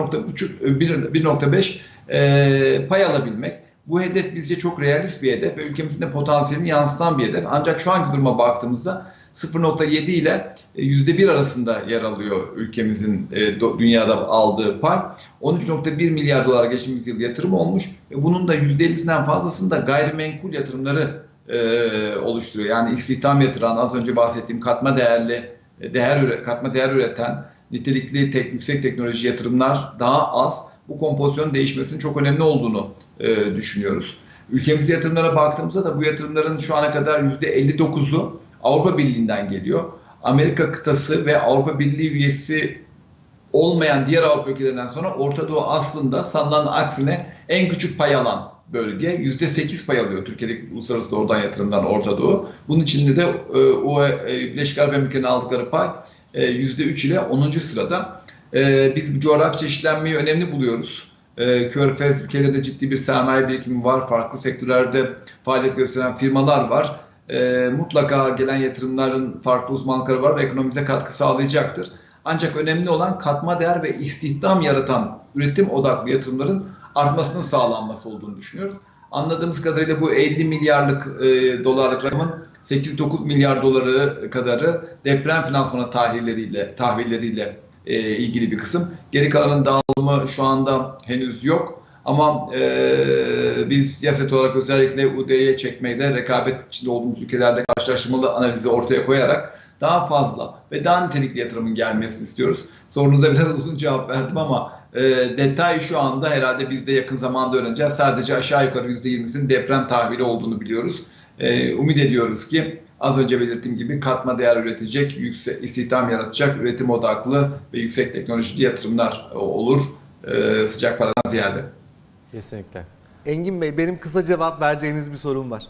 %1.5 pay alabilmek. Bu hedef bizce çok realist bir hedef ve ülkemizin de potansiyelini yansıtan bir hedef. Ancak şu anki duruma baktığımızda 0.7 ile %1 arasında yer alıyor ülkemizin dünyada aldığı pay. 13.1 milyar dolar geçtiğimiz yıl yatırım olmuş ve bunun da %50'sinden fazlasını da gayrimenkul yatırımları oluşturuyor. Yani istihdam yatıran, az önce bahsettiğim katma değer üreten, nitelikli yüksek teknoloji yatırımlar daha az. Bu kompozisyonun değişmesinin çok önemli olduğunu düşünüyoruz. Ülkemizde yatırımlara baktığımızda da bu yatırımların şu ana kadar %59'u Avrupa Birliği'nden geliyor. Amerika kıtası ve Avrupa Birliği üyesi olmayan diğer Avrupa ülkelerinden sonra Orta Doğu aslında sanılanın aksine en küçük pay alan bölge. %8 pay alıyor Türkiye'deki uluslararası doğrudan yatırımdan Orta Doğu. Bunun içinde de Birleşik Arap Emirlikleri'nin aldıkları pay %3 ile 10. sırada. Biz bu coğrafi çeşitlenmeyi önemli buluyoruz. Körfez ülkelerinde ciddi bir sermaye birikimi var. Farklı sektörlerde faaliyet gösteren firmalar var. Mutlaka gelen yatırımların farklı uzmanlıkları var ve ekonomimize katkı sağlayacaktır. Ancak önemli olan katma değer ve istihdam yaratan üretim odaklı yatırımların artmasının sağlanması olduğunu düşünüyoruz. Anladığımız kadarıyla bu 50 milyarlık dolarlık rakamın 8-9 milyar doları kadarı deprem finansmanı tahvilleriyle ilgili bir kısım. Geri kalanın dağılımı şu anda henüz yok. Ama biz siyaset olarak özellikle UD'ye çekmeyle rekabet içinde olduğumuz ülkelerde karşılaştırmalı analizi ortaya koyarak daha fazla ve daha nitelikli yatırımın gelmesini istiyoruz. Sorunuza biraz uzun cevap verdim ama detay şu anda herhalde biz de yakın zamanda öğreneceğiz. Sadece aşağı yukarı %20'sinin deprem tahvili olduğunu biliyoruz. Umut ediyoruz ki az önce belirttiğim gibi katma değer üretecek, yüksek istihdam yaratacak, üretim odaklı ve yüksek teknolojili yatırımlar olur sıcak paradan ziyade. Kesinlikle. Engin Bey, benim kısa cevap vereceğiniz bir sorum var.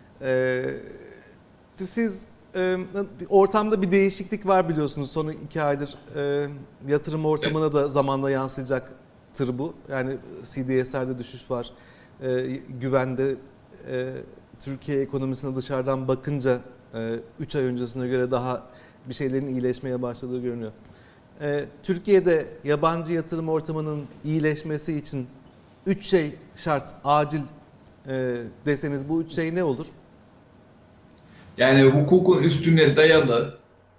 Siz ortamda bir değişiklik var biliyorsunuz. Son 2 aydır yatırım ortamına da zamanla yansıyacaktır bu. Yani CDS'lerde düşüş var. Güvende Türkiye ekonomisine dışarıdan bakınca 3 ay öncesine göre daha bir şeylerin iyileşmeye başladığı görünüyor. Türkiye'de yabancı yatırım ortamının iyileşmesi için 3 şey şart, acil deseniz bu 3 şey ne olur? Yani hukukun üstüne dayalı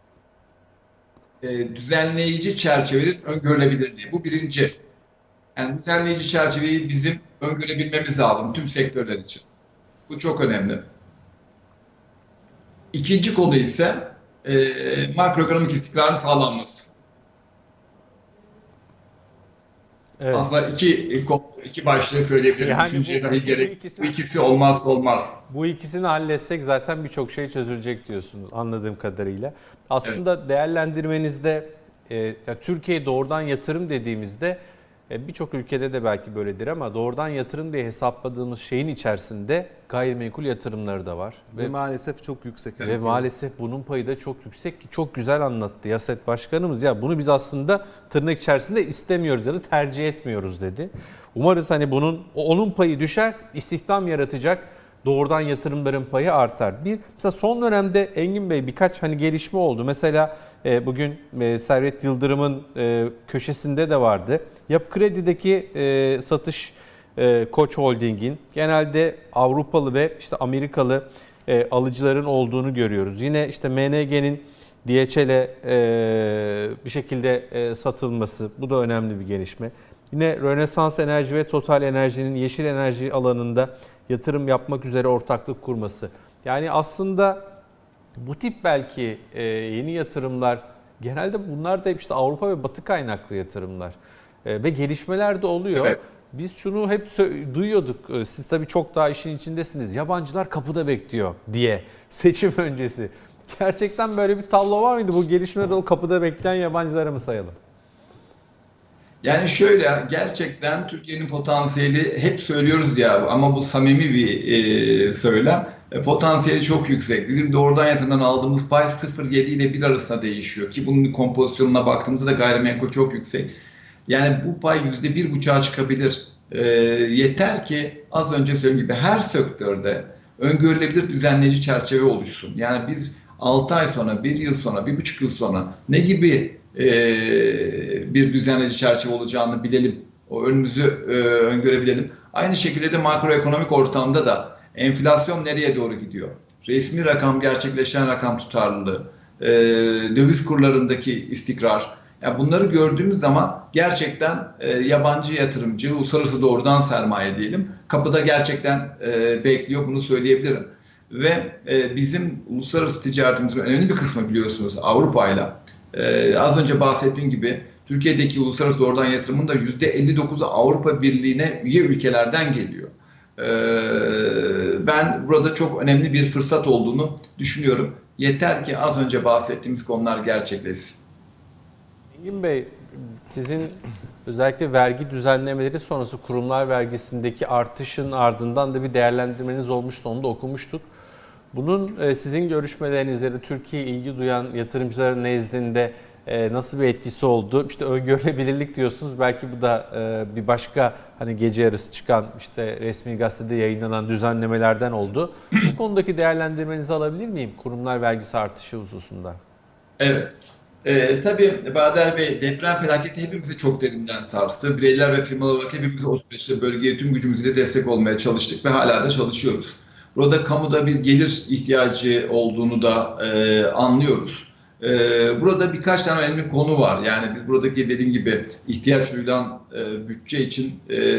düzenleyici çerçevenin öngörülebilirliği. Bu birinci. Yani düzenleyici çerçeveyi bizim öngörebilmemiz lazım tüm sektörler için. Bu çok önemli. İkinci konu ise makroekonomik istikrarın sağlanması. Evet. Aslında iki başlığı söyleyebilirim. Yani Üçüncüye gerek. Bu ikisi olmazsa olmaz. Bu ikisini halletsek zaten birçok şey çözülecek diyorsunuz anladığım kadarıyla. Aslında değerlendirmenizde Türkiye doğrudan yatırım dediğimizde birçok ülkede de belki böyledir ama doğrudan yatırım diye hesapladığımız şeyin içerisinde gayrimenkul yatırımları da var. Ve maalesef çok yüksek. Ve maalesef bunun payı da çok yüksek ki çok güzel anlattı Yaset Başkanımız. Ya bunu biz aslında tırnak içerisinde istemiyoruz ya da tercih etmiyoruz dedi. Umarız hani onun payı düşer, istihdam yaratacak doğrudan yatırımların payı artar. Mesela son dönemde Engin Bey birkaç gelişme oldu. Mesela bugün Servet Yıldırım'ın köşesinde de vardı. Yapı Kredi'deki satış Koç Holding'in genelde Avrupalı ve Amerikalı alıcıların olduğunu görüyoruz. Yine MNG'nin DHL'e bir şekilde satılması, bu da önemli bir gelişme. Yine Rönesans Enerji ve Total Enerji'nin yeşil enerji alanında yatırım yapmak üzere ortaklık kurması. Yani aslında bu tip belki yeni yatırımlar, genelde bunlar da hep Avrupa ve Batı kaynaklı yatırımlar ve gelişmeler de oluyor. Biz şunu hep duyuyorduk. Siz tabii çok daha işin içindesiniz. Yabancılar kapıda bekliyor diye seçim öncesi. Gerçekten böyle bir tablo var mıydı? Bu gelişmede o kapıda bekleyen yabancıları mı sayalım? Yani şöyle, gerçekten Türkiye'nin potansiyeli hep söylüyoruz ya, ama bu samimi bir söylem. Potansiyeli çok yüksek. Bizim doğrudan yatırımdan aldığımız pay 0,7 ile 1 arasında değişiyor ki bunun kompozisyonuna baktığımızda da gayrimenkul çok yüksek. Yani bu pay %1,5'a çıkabilir. Yeter ki az önce söylediğim gibi her sektörde öngörülebilir düzenleyici çerçeve oluşsun. Yani biz 6 ay sonra, 1 yıl sonra, 1,5 yıl sonra ne gibi bir düzenleyici çerçeve olacağını bilelim. O önümüzü öngörebilelim. Aynı şekilde de makroekonomik ortamda da enflasyon nereye doğru gidiyor? Resmi rakam, gerçekleşen rakam tutarlılığı, döviz kurlarındaki istikrar. Yani bunları gördüğümüz zaman gerçekten yabancı yatırımcı, uluslararası doğrudan sermaye diyelim, kapıda gerçekten bekliyor, bunu söyleyebilirim. Ve bizim uluslararası ticaretimizin önemli bir kısmı biliyorsunuz Avrupa'yla. Az önce bahsettiğim gibi Türkiye'deki uluslararası doğrudan yatırımın da %59'u Avrupa Birliği'ne üye ülkelerden geliyor. Ben burada çok önemli bir fırsat olduğunu düşünüyorum. Yeter ki az önce bahsettiğimiz konular gerçekleşsin. Engin Bey, sizin özellikle vergi düzenlemeleri sonrası kurumlar vergisindeki artışın ardından da bir değerlendirmeniz olmuştu, onu da okumuştuk. Bunun sizin görüşmelerinizde de Türkiye'ye ilgi duyan yatırımcıların nezdinde nasıl bir etkisi oldu? İşte öngörülebilirlik diyorsunuz. Belki bu da bir başka hani gece yarısı çıkan işte resmi gazetede yayınlanan düzenlemelerden oldu. Bu konudaki değerlendirmenizi alabilir miyim? Kurumlar vergisi artışı hususunda. Evet. Tabii Bader Bey, deprem felaketi hepimizi çok derinden sarstı. Bireyler ve firmalar olarak hepimiz o süreçte bölgeye tüm gücümüzle destek olmaya çalıştık ve hala da çalışıyoruz. Burada kamuda bir gelir ihtiyacı olduğunu da anlıyoruz. Burada birkaç tane önemli konu var. Yani biz buradaki dediğim gibi ihtiyaç duyulan bütçe için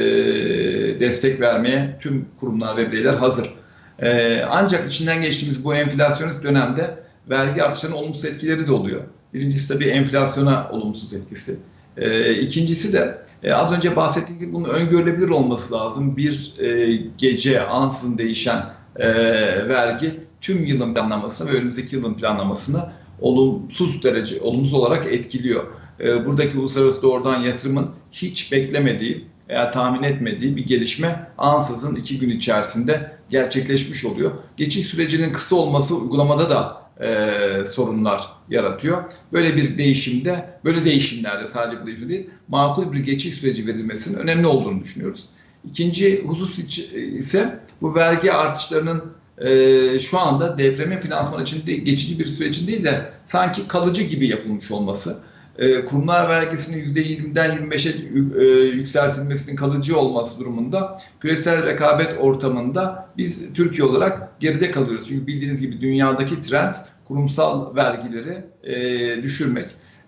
destek vermeye tüm kurumlar ve bireyler hazır. Ancak içinden geçtiğimiz bu enflasyonist dönemde vergi artışlarının olumsuz etkileri de oluyor. Birincisi tabii enflasyona olumsuz etkisi. İkincisi de az önce bahsettiğim gibi bunun öngörülebilir olması lazım. Bir gece ansızın değişen vergi tüm yılın planlamasını ve önümüzdeki yılın planlamasını olumsuz olarak etkiliyor. Buradaki uluslararası doğrudan yatırımın hiç beklemediği veya tahmin etmediği bir gelişme ansızın 2 gün içerisinde gerçekleşmiş oluyor. Geçiş sürecinin kısa olması uygulamada da sorunlar yaratıyor. Böyle bir değişimde, böyle değişimlerde sadece bu değişim değil, makul bir geçiş süreci verilmesinin önemli olduğunu düşünüyoruz. İkinci husus ise bu vergi artışlarının şu anda depremin finansmanı için geçici bir süre için değil de sanki kalıcı gibi yapılmış olması. Kurumlar vergisinin %20'den 25'e yükseltilmesinin kalıcı olması durumunda küresel rekabet ortamında biz Türkiye olarak geride kalıyoruz. Çünkü bildiğiniz gibi dünyadaki trend kurumsal vergileri düşürmek.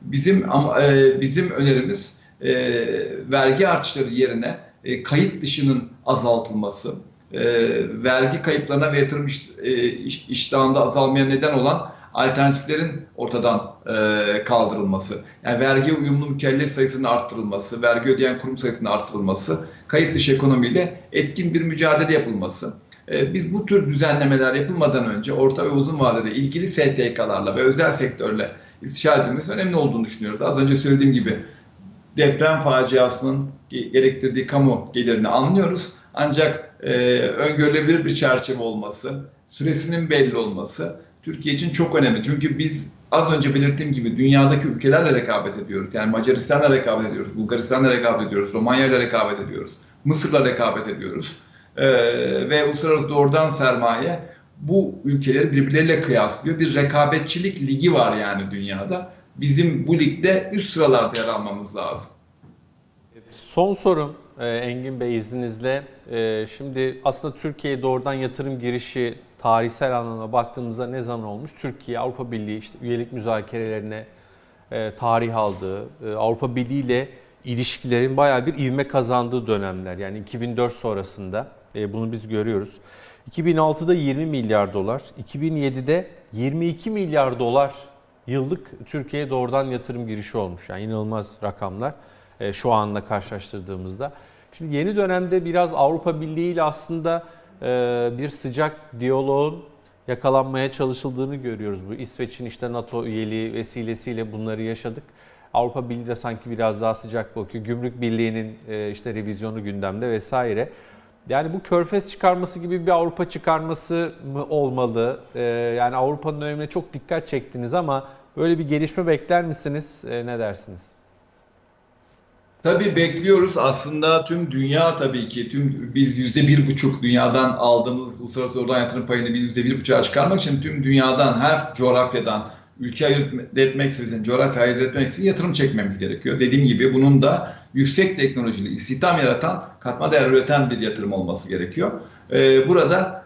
Bizim önerimiz vergi artışları yerine kayıt dışının azaltılması, vergi kayıplarına ve yatırım iştahında azalmaya neden olan alternatiflerin ortadan kaldırılması, yani vergiye uyumlu mükellef sayısının arttırılması, vergi ödeyen kurum sayısının arttırılması, kayıt dışı ekonomiyle etkin bir mücadele yapılması. Biz bu tür düzenlemeler yapılmadan önce orta ve uzun vadede ilgili STK'larla ve özel sektörle istişare edilmesi önemli olduğunu düşünüyoruz. Az önce söylediğim gibi deprem faciasının gerektirdiği kamu gelirini anlıyoruz. Ancak öngörülebilir bir çerçeve olması, süresinin belli olması Türkiye için çok önemli. Çünkü biz az önce belirttiğim gibi dünyadaki ülkelerle rekabet ediyoruz. Yani Macaristan'la rekabet ediyoruz, Bulgaristan'la rekabet ediyoruz, Romanya'yla rekabet ediyoruz, Mısır'la rekabet ediyoruz. Ve uluslararası doğrudan sermaye bu ülkeleri birbirleriyle kıyaslıyor. Bir rekabetçilik ligi var yani dünyada. Bizim bu ligde üst sıralarda yer almamız lazım. Son sorum Engin Bey izninizle. Şimdi aslında Türkiye'ye doğrudan yatırım girişi tarihsel anlamda baktığımızda ne zaman olmuş? Türkiye Avrupa Birliği işte üyelik müzakerelerine tarih aldığı, Avrupa Birliği ile ilişkilerin bayağı bir ivme kazandığı dönemler. Yani 2004 sonrasında bunu biz görüyoruz. 2006'da 20 milyar dolar, 2007'de 22 milyar dolar yıllık Türkiye'ye doğrudan yatırım girişi olmuş. Yani inanılmaz rakamlar şu anla karşılaştırdığımızda. Şimdi yeni dönemde biraz Avrupa Birliği ile aslında bir sıcak diyaloğun yakalanmaya çalışıldığını görüyoruz. Bu İsveç'in işte NATO üyeliği vesilesiyle bunları yaşadık. Avrupa Birliği de sanki biraz daha sıcak bakıyor. Gümrük Birliği'nin işte revizyonu gündemde vesaire. Yani bu körfez çıkarması gibi bir Avrupa çıkarması mı olmalı? Yani Avrupa'nın önemine çok dikkat çektiniz ama böyle bir gelişme bekler misiniz? Ne dersiniz? Tabii bekliyoruz. Aslında tüm dünya tabii ki biz %1,5 dünyadan aldığımız uluslararası doğrudan yatırım payını biz %1,5'a çıkarmak için tüm dünyadan, her coğrafyadan, ülke ayırt etmeksizin, coğrafya ayırt etmeksizin yatırım çekmemiz gerekiyor. Dediğim gibi bunun da yüksek teknolojili, istihdam yaratan, katma değer üreten bir yatırım olması gerekiyor. Burada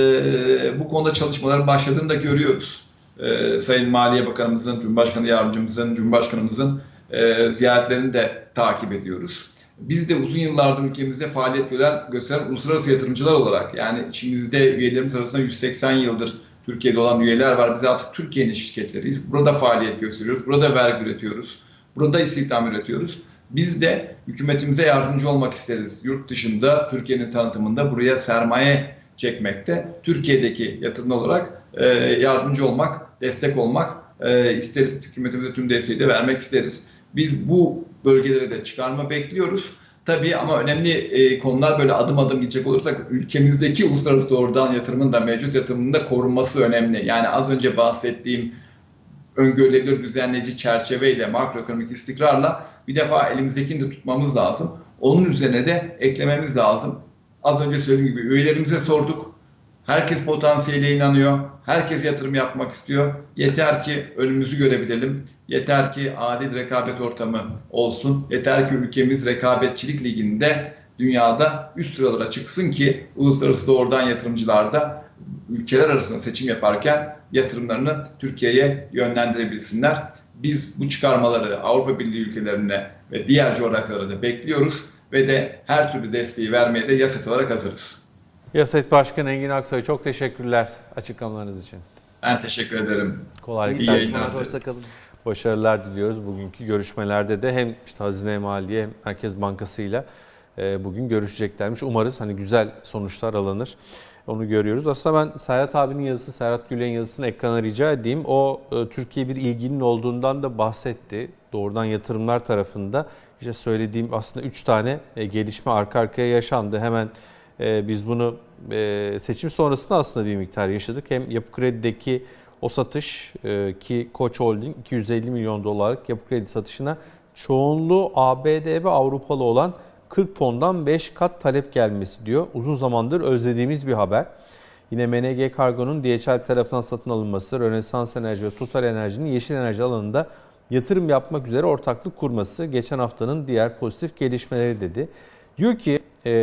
bu konuda çalışmaların başladığını da görüyoruz. Sayın Maliye Bakanımızın, Cumhurbaşkanı Yardımcımızın, Cumhurbaşkanımızın ziyaretlerini de takip ediyoruz. Biz de uzun yıllardır ülkemizde faaliyet gösteren uluslararası yatırımcılar olarak, yani içimizde üyelerimiz arasında 180 yıldır Türkiye'de olan üyeler var. Biz artık Türkiye'nin şirketleriyiz. Burada faaliyet gösteriyoruz. Burada vergi üretiyoruz. Burada istihdam üretiyoruz. Biz de hükümetimize yardımcı olmak isteriz. Yurt dışında Türkiye'nin tanıtımında buraya sermaye çekmekte. Türkiye'deki yatırımcı olarak yardımcı olmak, destek olmak isteriz. Hükümetimize tüm desteği de vermek isteriz. Biz bu bölgelere de çıkarma bekliyoruz. Tabii ama önemli konular, böyle adım adım gidecek olursak, ülkemizdeki uluslararası doğrudan yatırımın da mevcut yatırımın da korunması önemli. Yani az önce bahsettiğim öngörülebilir düzenleyici çerçeveyle, makroekonomik istikrarla bir defa elimizdekini de tutmamız lazım. Onun üzerine de eklememiz lazım. Az önce söylediğim gibi üyelerimize sorduk. Herkes potansiyele inanıyor. Herkes yatırım yapmak istiyor. Yeter ki önümüzü görebilelim. Yeter ki adil rekabet ortamı olsun. Yeter ki ülkemiz rekabetçilik liginde dünyada üst sıralara çıksın ki uluslararası doğrudan yatırımcılar da ülkeler arasında seçim yaparken yatırımlarını Türkiye'ye yönlendirebilsinler. Biz bu çıkarmaları Avrupa Birliği ülkelerine ve diğer coğrafyalara da bekliyoruz ve de her türlü desteği vermeye de YASET olarak hazırız. YASET Başkanı Engin Aksoy, çok teşekkürler açıklamalarınız için. Ben teşekkür ederim. Kolaylıklar. Hoşçakalın. Başarılar diliyoruz. Bugünkü görüşmelerde de hem işte Hazine Maliye hem Merkez Bankası ile bugün görüşeceklermiş. Umarız hani güzel sonuçlar alınır. Onu görüyoruz. Aslında ben Serhat abinin yazısı, Serhat Gülen'in yazısını ekrana rica edeyim. O Türkiye bir ilginin olduğundan da bahsetti. Doğrudan yatırımlar tarafında işte söylediğim aslında 3 tane gelişme arka arkaya yaşandı. Hemen biz bunu seçim sonrasında aslında bir miktar yaşadık. Hem Yapı Kredi'deki o satış ki Koç Holding 250 milyon dolarlık Yapı Kredi satışına çoğunluğu ABD ve Avrupalı olan 40 fondan 5 kat talep gelmesi diyor. Uzun zamandır özlediğimiz bir haber. Yine MNG Kargo'nun DHL tarafından satın alınması, Rönesans Enerji ve Total Enerji'nin yeşil enerji alanında yatırım yapmak üzere ortaklık kurması geçen haftanın diğer pozitif gelişmeleri dedi. Diyor ki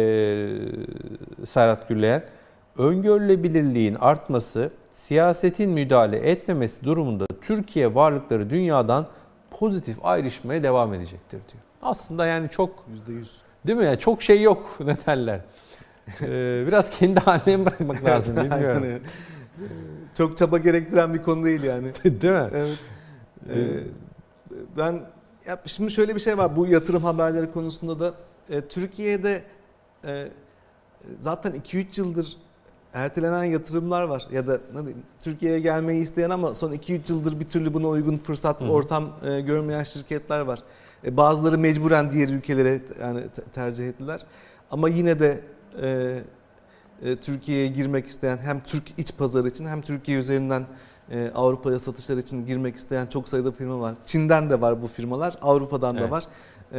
Serhat Gürleyen, öngörülebilirliğin artması, siyasetin müdahale etmemesi durumunda Türkiye varlıkları dünyadan pozitif ayrışmaya devam edecektir diyor. Aslında yani çok %100 değil mi? Yani çok şey yok, ne derler. Biraz kendi haline bırakmak lazım, bilmiyorum. Yani, çok çaba gerektiren bir konu değil yani. Değil mi? Evet. Ben şimdi şöyle bir şey var, bu yatırım haberleri konusunda da Türkiye'de zaten 2-3 yıldır ertelenen yatırımlar var ya da ne diyeyim, Türkiye'ye gelmeyi isteyen ama son 2-3 yıldır bir türlü buna uygun fırsat, ortam görmeyen şirketler var. Bazıları mecburen diğer ülkelere yani tercih ettiler. Ama yine de Türkiye'ye girmek isteyen, hem Türk iç pazarı için hem Türkiye üzerinden Avrupa'ya satışlar için girmek isteyen çok sayıda firma var. Çin'den de var bu firmalar, Avrupa'dan da var.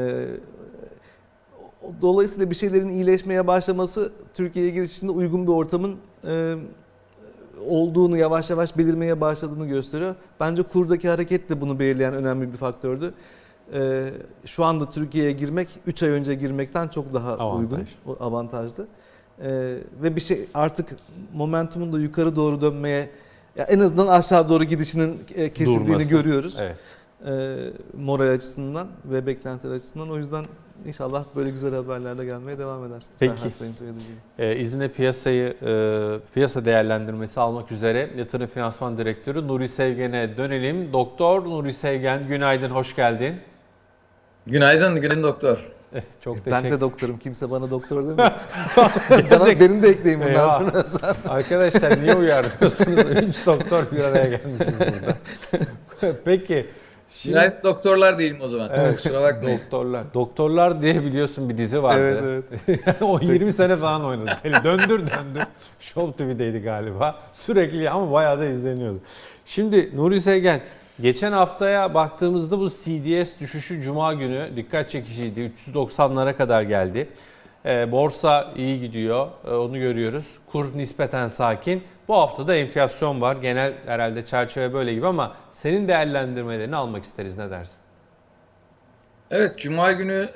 Dolayısıyla bir şeylerin iyileşmeye başlaması Türkiye'ye giriş için de uygun bir ortamın olduğunu, yavaş yavaş belirmeye başladığını gösteriyor. Bence kurdaki hareket de bunu belirleyen önemli bir faktördü. Şu anda Türkiye'ye girmek 3 ay önce girmekten çok daha uygun, avantajlı. Ve bir şey artık momentumun da yukarı doğru dönmeye, en azından aşağı doğru gidişinin kesildiğini durması görüyoruz. Evet. Moral açısından ve beklentiler açısından. O yüzden inşallah böyle güzel haberler de gelmeye devam eder. Peki. İzninle piyasa değerlendirmesi almak üzere Yatırım Finansman Direktörü Nuri Sevgen'e dönelim. Doktor Nuri Sevgen, günaydın, hoş geldin. Günaydın doktor. Çok Ben teşekkür de doktorum. Kimse bana doktor demiyor. Benim de ekleyin bundan Eyvah. sonra. Arkadaşlar niye uyarmıyorsunuz? 3 doktor bir araya gelmişiz burada. Peki. Şimdi, Cinayet doktorlar değilim o zaman. Evet, Kusura bakmayın. Doktorlar diye biliyorsun bir dizi vardı. Evet. O 20 sene falan oynadı. Döndür. Show TV'deydi galiba. Sürekli ama bayağı da izleniyordu. Şimdi Nuri Sevgen, geçen haftaya baktığımızda bu CDS düşüşü Cuma günü dikkat çekiciydi. 390'lara kadar geldi. Borsa iyi gidiyor. Onu görüyoruz. Kur nispeten sakin. Bu hafta da enflasyon var. Genel herhalde çerçeve böyle gibi ama senin değerlendirmelerini almak isteriz. Ne dersin? Evet, Cuma günü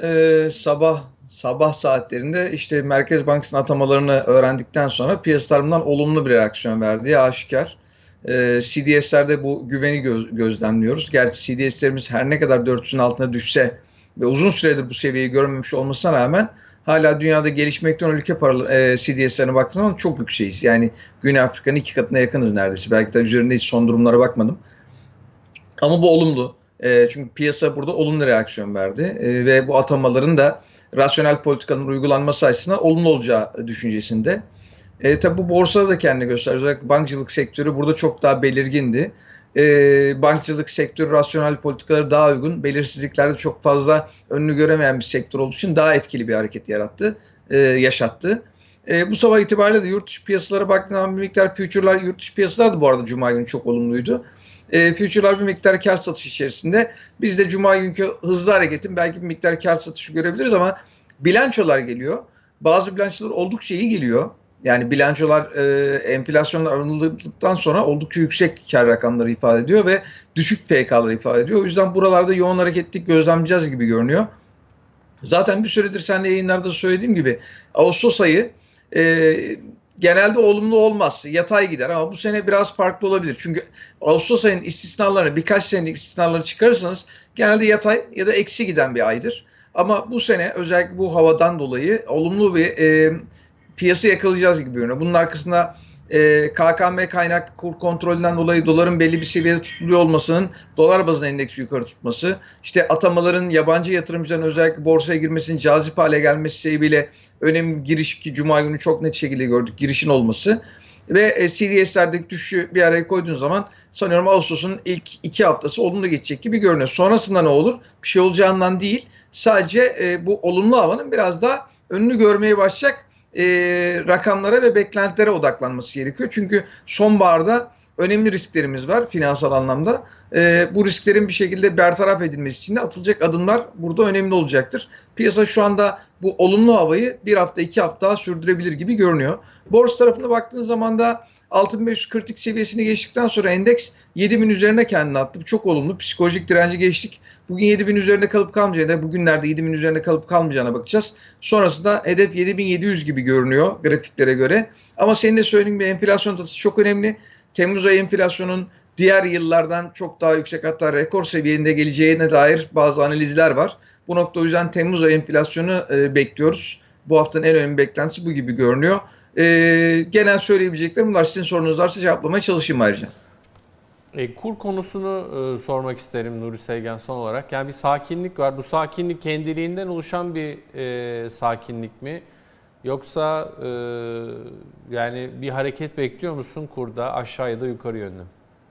sabah saatlerinde işte Merkez Bankası'nın atamalarını öğrendikten sonra piyasalar bundan olumlu bir reaksiyon verdiği aşikar. CDS'lerde bu güveni gözlemliyoruz. Gerçi CDS'lerimiz her ne kadar 400'ün altına düşse ve uzun süredir bu seviyeyi görmemiş olmasına rağmen hala dünyada gelişmekte olan ülke CDS'lerine baktığım zaman çok yükseğiz. Yani Güney Afrika'nın 2 katına yakınız neredeyse. Belki de üzerindeyiz, son durumlara bakmadım. Ama bu olumlu. Çünkü piyasa burada olumlu reaksiyon verdi. Ve bu atamaların da rasyonel politikanın uygulanması açısından olumlu olacağı düşüncesinde. Tabi bu borsada da kendini gösteriyor. Özellikle bankacılık sektörü burada çok daha belirgindi. Bankacılık sektörü rasyonel politikaları daha uygun, belirsizliklerde çok fazla önünü göremeyen bir sektör olduğu için daha etkili bir hareket yaşattı. Bu sabah itibariyle de yurt dışı piyasalara baktığımda bir miktar future'lar, yurt dışı piyasalar da bu arada Cuma günü çok olumluydu. Future'lar bir miktar kar satışı içerisinde. Biz de Cuma günkü hızlı hareketin belki bir miktar kar satışı görebiliriz ama bilançolar geliyor. Bazı bilançolar oldukça iyi geliyor. Yani bilançolar enflasyonla arındırıldıktan sonra oldukça yüksek kar rakamları ifade ediyor ve düşük FK'ları ifade ediyor. O yüzden buralarda yoğun hareketlilik gözlemleyeceğiz gibi görünüyor. Zaten bir süredir seninle yayınlarda söylediğim gibi Ağustos ayı genelde olumlu olmaz. Yatay gider ama bu sene biraz farklı olabilir. Çünkü Ağustos ayının istisnalarını, birkaç senelik istisnaları çıkarırsanız genelde yatay ya da eksi giden bir aydır. Ama bu sene özellikle bu havadan dolayı olumlu bir piyasa yakalayacağız gibi görünüyor. Bunun arkasında KKM kaynaklı kur kontrolünden dolayı doların belli bir seviyede tutuluyor olmasının dolar bazında endeksi yukarı tutması, işte atamaların yabancı yatırımcıların özellikle borsaya girmesinin cazip hale gelmesi sebebiyle önemli giriş ki Cuma günü çok net şekilde gördük girişin olması ve CDS'lerdeki düşüşü bir araya koyduğun zaman sanıyorum Ağustos'un ilk 2 haftası olumlu geçecek gibi görünüyor. Sonrasında ne olur? Bir şey olacağından değil, sadece bu olumlu havanın biraz daha önünü görmeye başlayacak rakamlara ve beklentilere odaklanması gerekiyor. Çünkü sonbaharda önemli risklerimiz var finansal anlamda. Bu risklerin bir şekilde bertaraf edilmesi için de atılacak adımlar burada önemli olacaktır. Piyasa şu anda bu olumlu havayı bir hafta 2 hafta daha sürdürebilir gibi görünüyor. Borsa tarafına baktığınız zaman da 6540 seviyesini geçtikten sonra endeks 7000 üzerine kendini attı. Bu çok olumlu. Psikolojik direnci geçtik. Bugün 7000 üzerinde kalıp kalmayacağına, bugünlerde 7000 üzerinde kalıp kalmayacağına bakacağız. Sonrasında hedef 7700 gibi görünüyor grafiklere göre. Ama senin de söylediğin bir enflasyon datası çok önemli. Temmuz ayı enflasyonun diğer yıllardan çok daha yüksek, hatta rekor seviyede geleceğine dair bazı analizler var. Bu nokta o yüzden Temmuz ayı enflasyonu bekliyoruz. Bu haftanın en önemli beklentisi bu gibi görünüyor. Genel söyleyebileceklerim bunlar. Sizin sorunuz varsa cevaplamaya çalışayım ayrıca. Kur konusunu sormak isterim Nuri Sevgen son olarak. Yani bir sakinlik var. Bu sakinlik kendiliğinden oluşan bir sakinlik mi? Yoksa yani bir hareket bekliyor musun kurda aşağı ya da yukarı yönlü?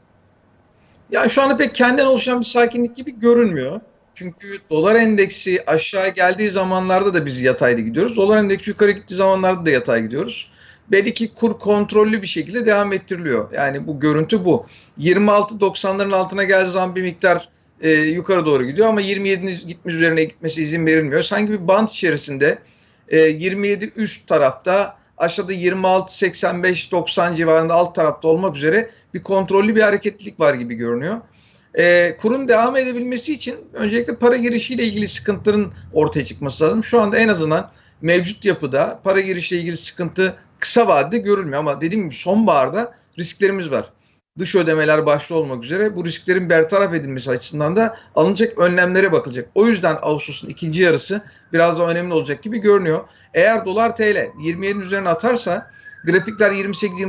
Yani şu anda pek kendinden oluşan bir sakinlik gibi görünmüyor. Çünkü dolar endeksi aşağı geldiği zamanlarda da biz yatayda gidiyoruz. Dolar endeksi yukarı gittiği zamanlarda da yatay gidiyoruz. Belli ki kur kontrollü bir şekilde devam ettiriliyor. Yani bu görüntü bu. 26.90'ların altına geldiği zaman bir miktar yukarı doğru gidiyor ama 27'nin üzerine gitmesi izin verilmiyor. Sanki bir bant içerisinde 27 üst tarafta, aşağıda 26.85-90 civarında alt tarafta olmak üzere bir kontrollü bir hareketlilik var gibi görünüyor. Kurun devam edebilmesi için öncelikle para girişiyle ilgili sıkıntıların ortaya çıkması lazım. Şu anda en azından mevcut yapıda para girişiyle ilgili sıkıntı kısa vadede görülmüyor ama dediğim gibi sonbaharda risklerimiz var. Dış ödemeler başta olmak üzere bu risklerin bertaraf edilmesi açısından da alınacak önlemlere bakılacak. O yüzden Ağustos'un ikinci yarısı biraz daha önemli olacak gibi görünüyor. Eğer dolar TL 27'nin üzerine atarsa grafikler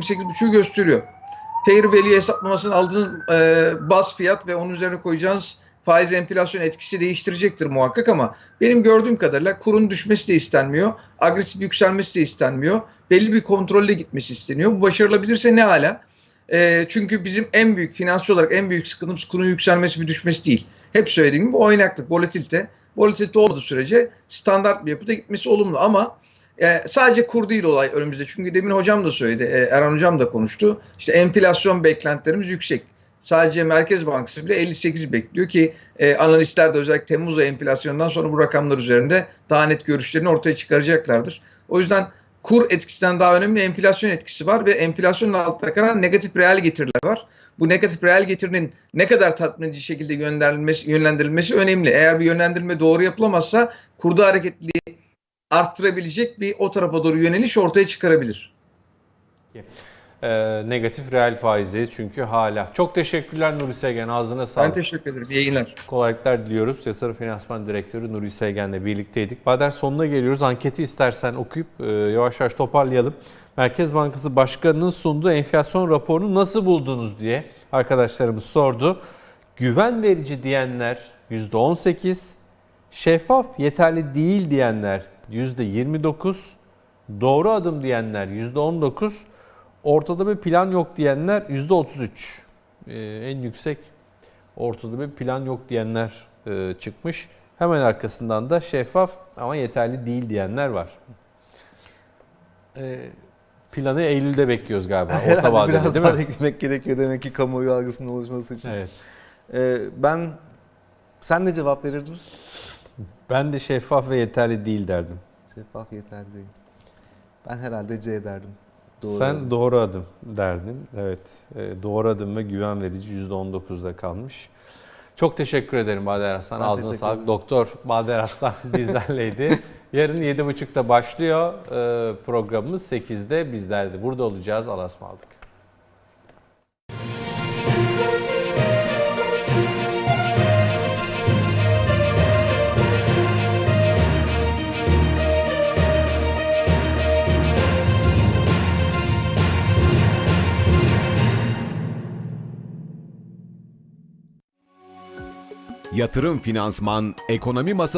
28-28,5'u gösteriyor. Fair value hesaplamasını aldığınız baz fiyat ve onun üzerine koyacağınız faiz enflasyon etkisi değiştirecektir muhakkak ama benim gördüğüm kadarıyla kurun düşmesi de istenmiyor. Agresif yükselmesi de istenmiyor. Belli bir kontrolle gitmesi isteniyor. Bu başarılabilirse ne hala? Çünkü bizim en büyük finansçı olarak en büyük sıkıntımız kurun yükselmesi ve düşmesi değil. Hep söylediğim gibi oynaklık, volatilite. Volatilite olmadığı sürece standart bir yapıda gitmesi olumlu ama sadece kur değil olay önümüzde. Çünkü demin hocam da söyledi, Erhan hocam da konuştu. İşte enflasyon beklentilerimiz yüksek. Sadece Merkez Bankası bile 58 bekliyor ki analistler de özellikle Temmuz ayı enflasyondan sonra bu rakamlar üzerinde daha net görüşlerini ortaya çıkaracaklardır. O yüzden kur etkisinden daha önemli enflasyon etkisi var ve enflasyonun altında kalan negatif reel getiriler var. Bu negatif reel getirinin ne kadar tatmin edici şekilde yönlendirilmesi önemli. Eğer bir yönlendirilme doğru yapılamazsa kurda hareketliliği arttırabilecek bir o tarafa doğru yöneliş ortaya çıkarabilir. Negatif reel faizdeyiz çünkü hala. Çok teşekkürler Nuri Sevgen. Ağzına sağlık. Ben teşekkür ederim. İyi yayınlar. Kolaylıklar diliyoruz. Yatırım Finansman Direktörü Nuri Sevgen'le birlikteydik. Bader, sonuna geliyoruz. Anketi istersen okuyup yavaş yavaş toparlayalım. Merkez Bankası Başkanı'nın sunduğu enflasyon raporunu nasıl buldunuz diye arkadaşlarımız sordu. Güven verici diyenler %18, şeffaf yeterli değil diyenler %29, doğru adım diyenler %19, ortada bir plan yok diyenler %33. En yüksek ortada bir plan yok diyenler çıkmış. Hemen arkasından da şeffaf ama yeterli değil diyenler var. Planı Eylül'de bekliyoruz galiba. Orta vadede, biraz değil daha mi? beklemek gerekiyor demek ki kamuoyu algısının oluşması için. Evet. Sen ne cevap verirdin? Ben de şeffaf ve yeterli değil derdim. Şeffaf yeterli değil. Ben herhalde C derdim. Doğru Sen adım. doğru adım derdin. Evet. Doğru adım ve güven verici %19'da kalmış. Çok teşekkür ederim Bader Arslan. Ağzına sağlık. Doktor Bader Arslan bizlerleydi. Yarın 7.30'da başlıyor programımız. 8'de bizler de burada olacağız. Allah'a ısmarladık. Yatırım Finansman Ekonomi Masası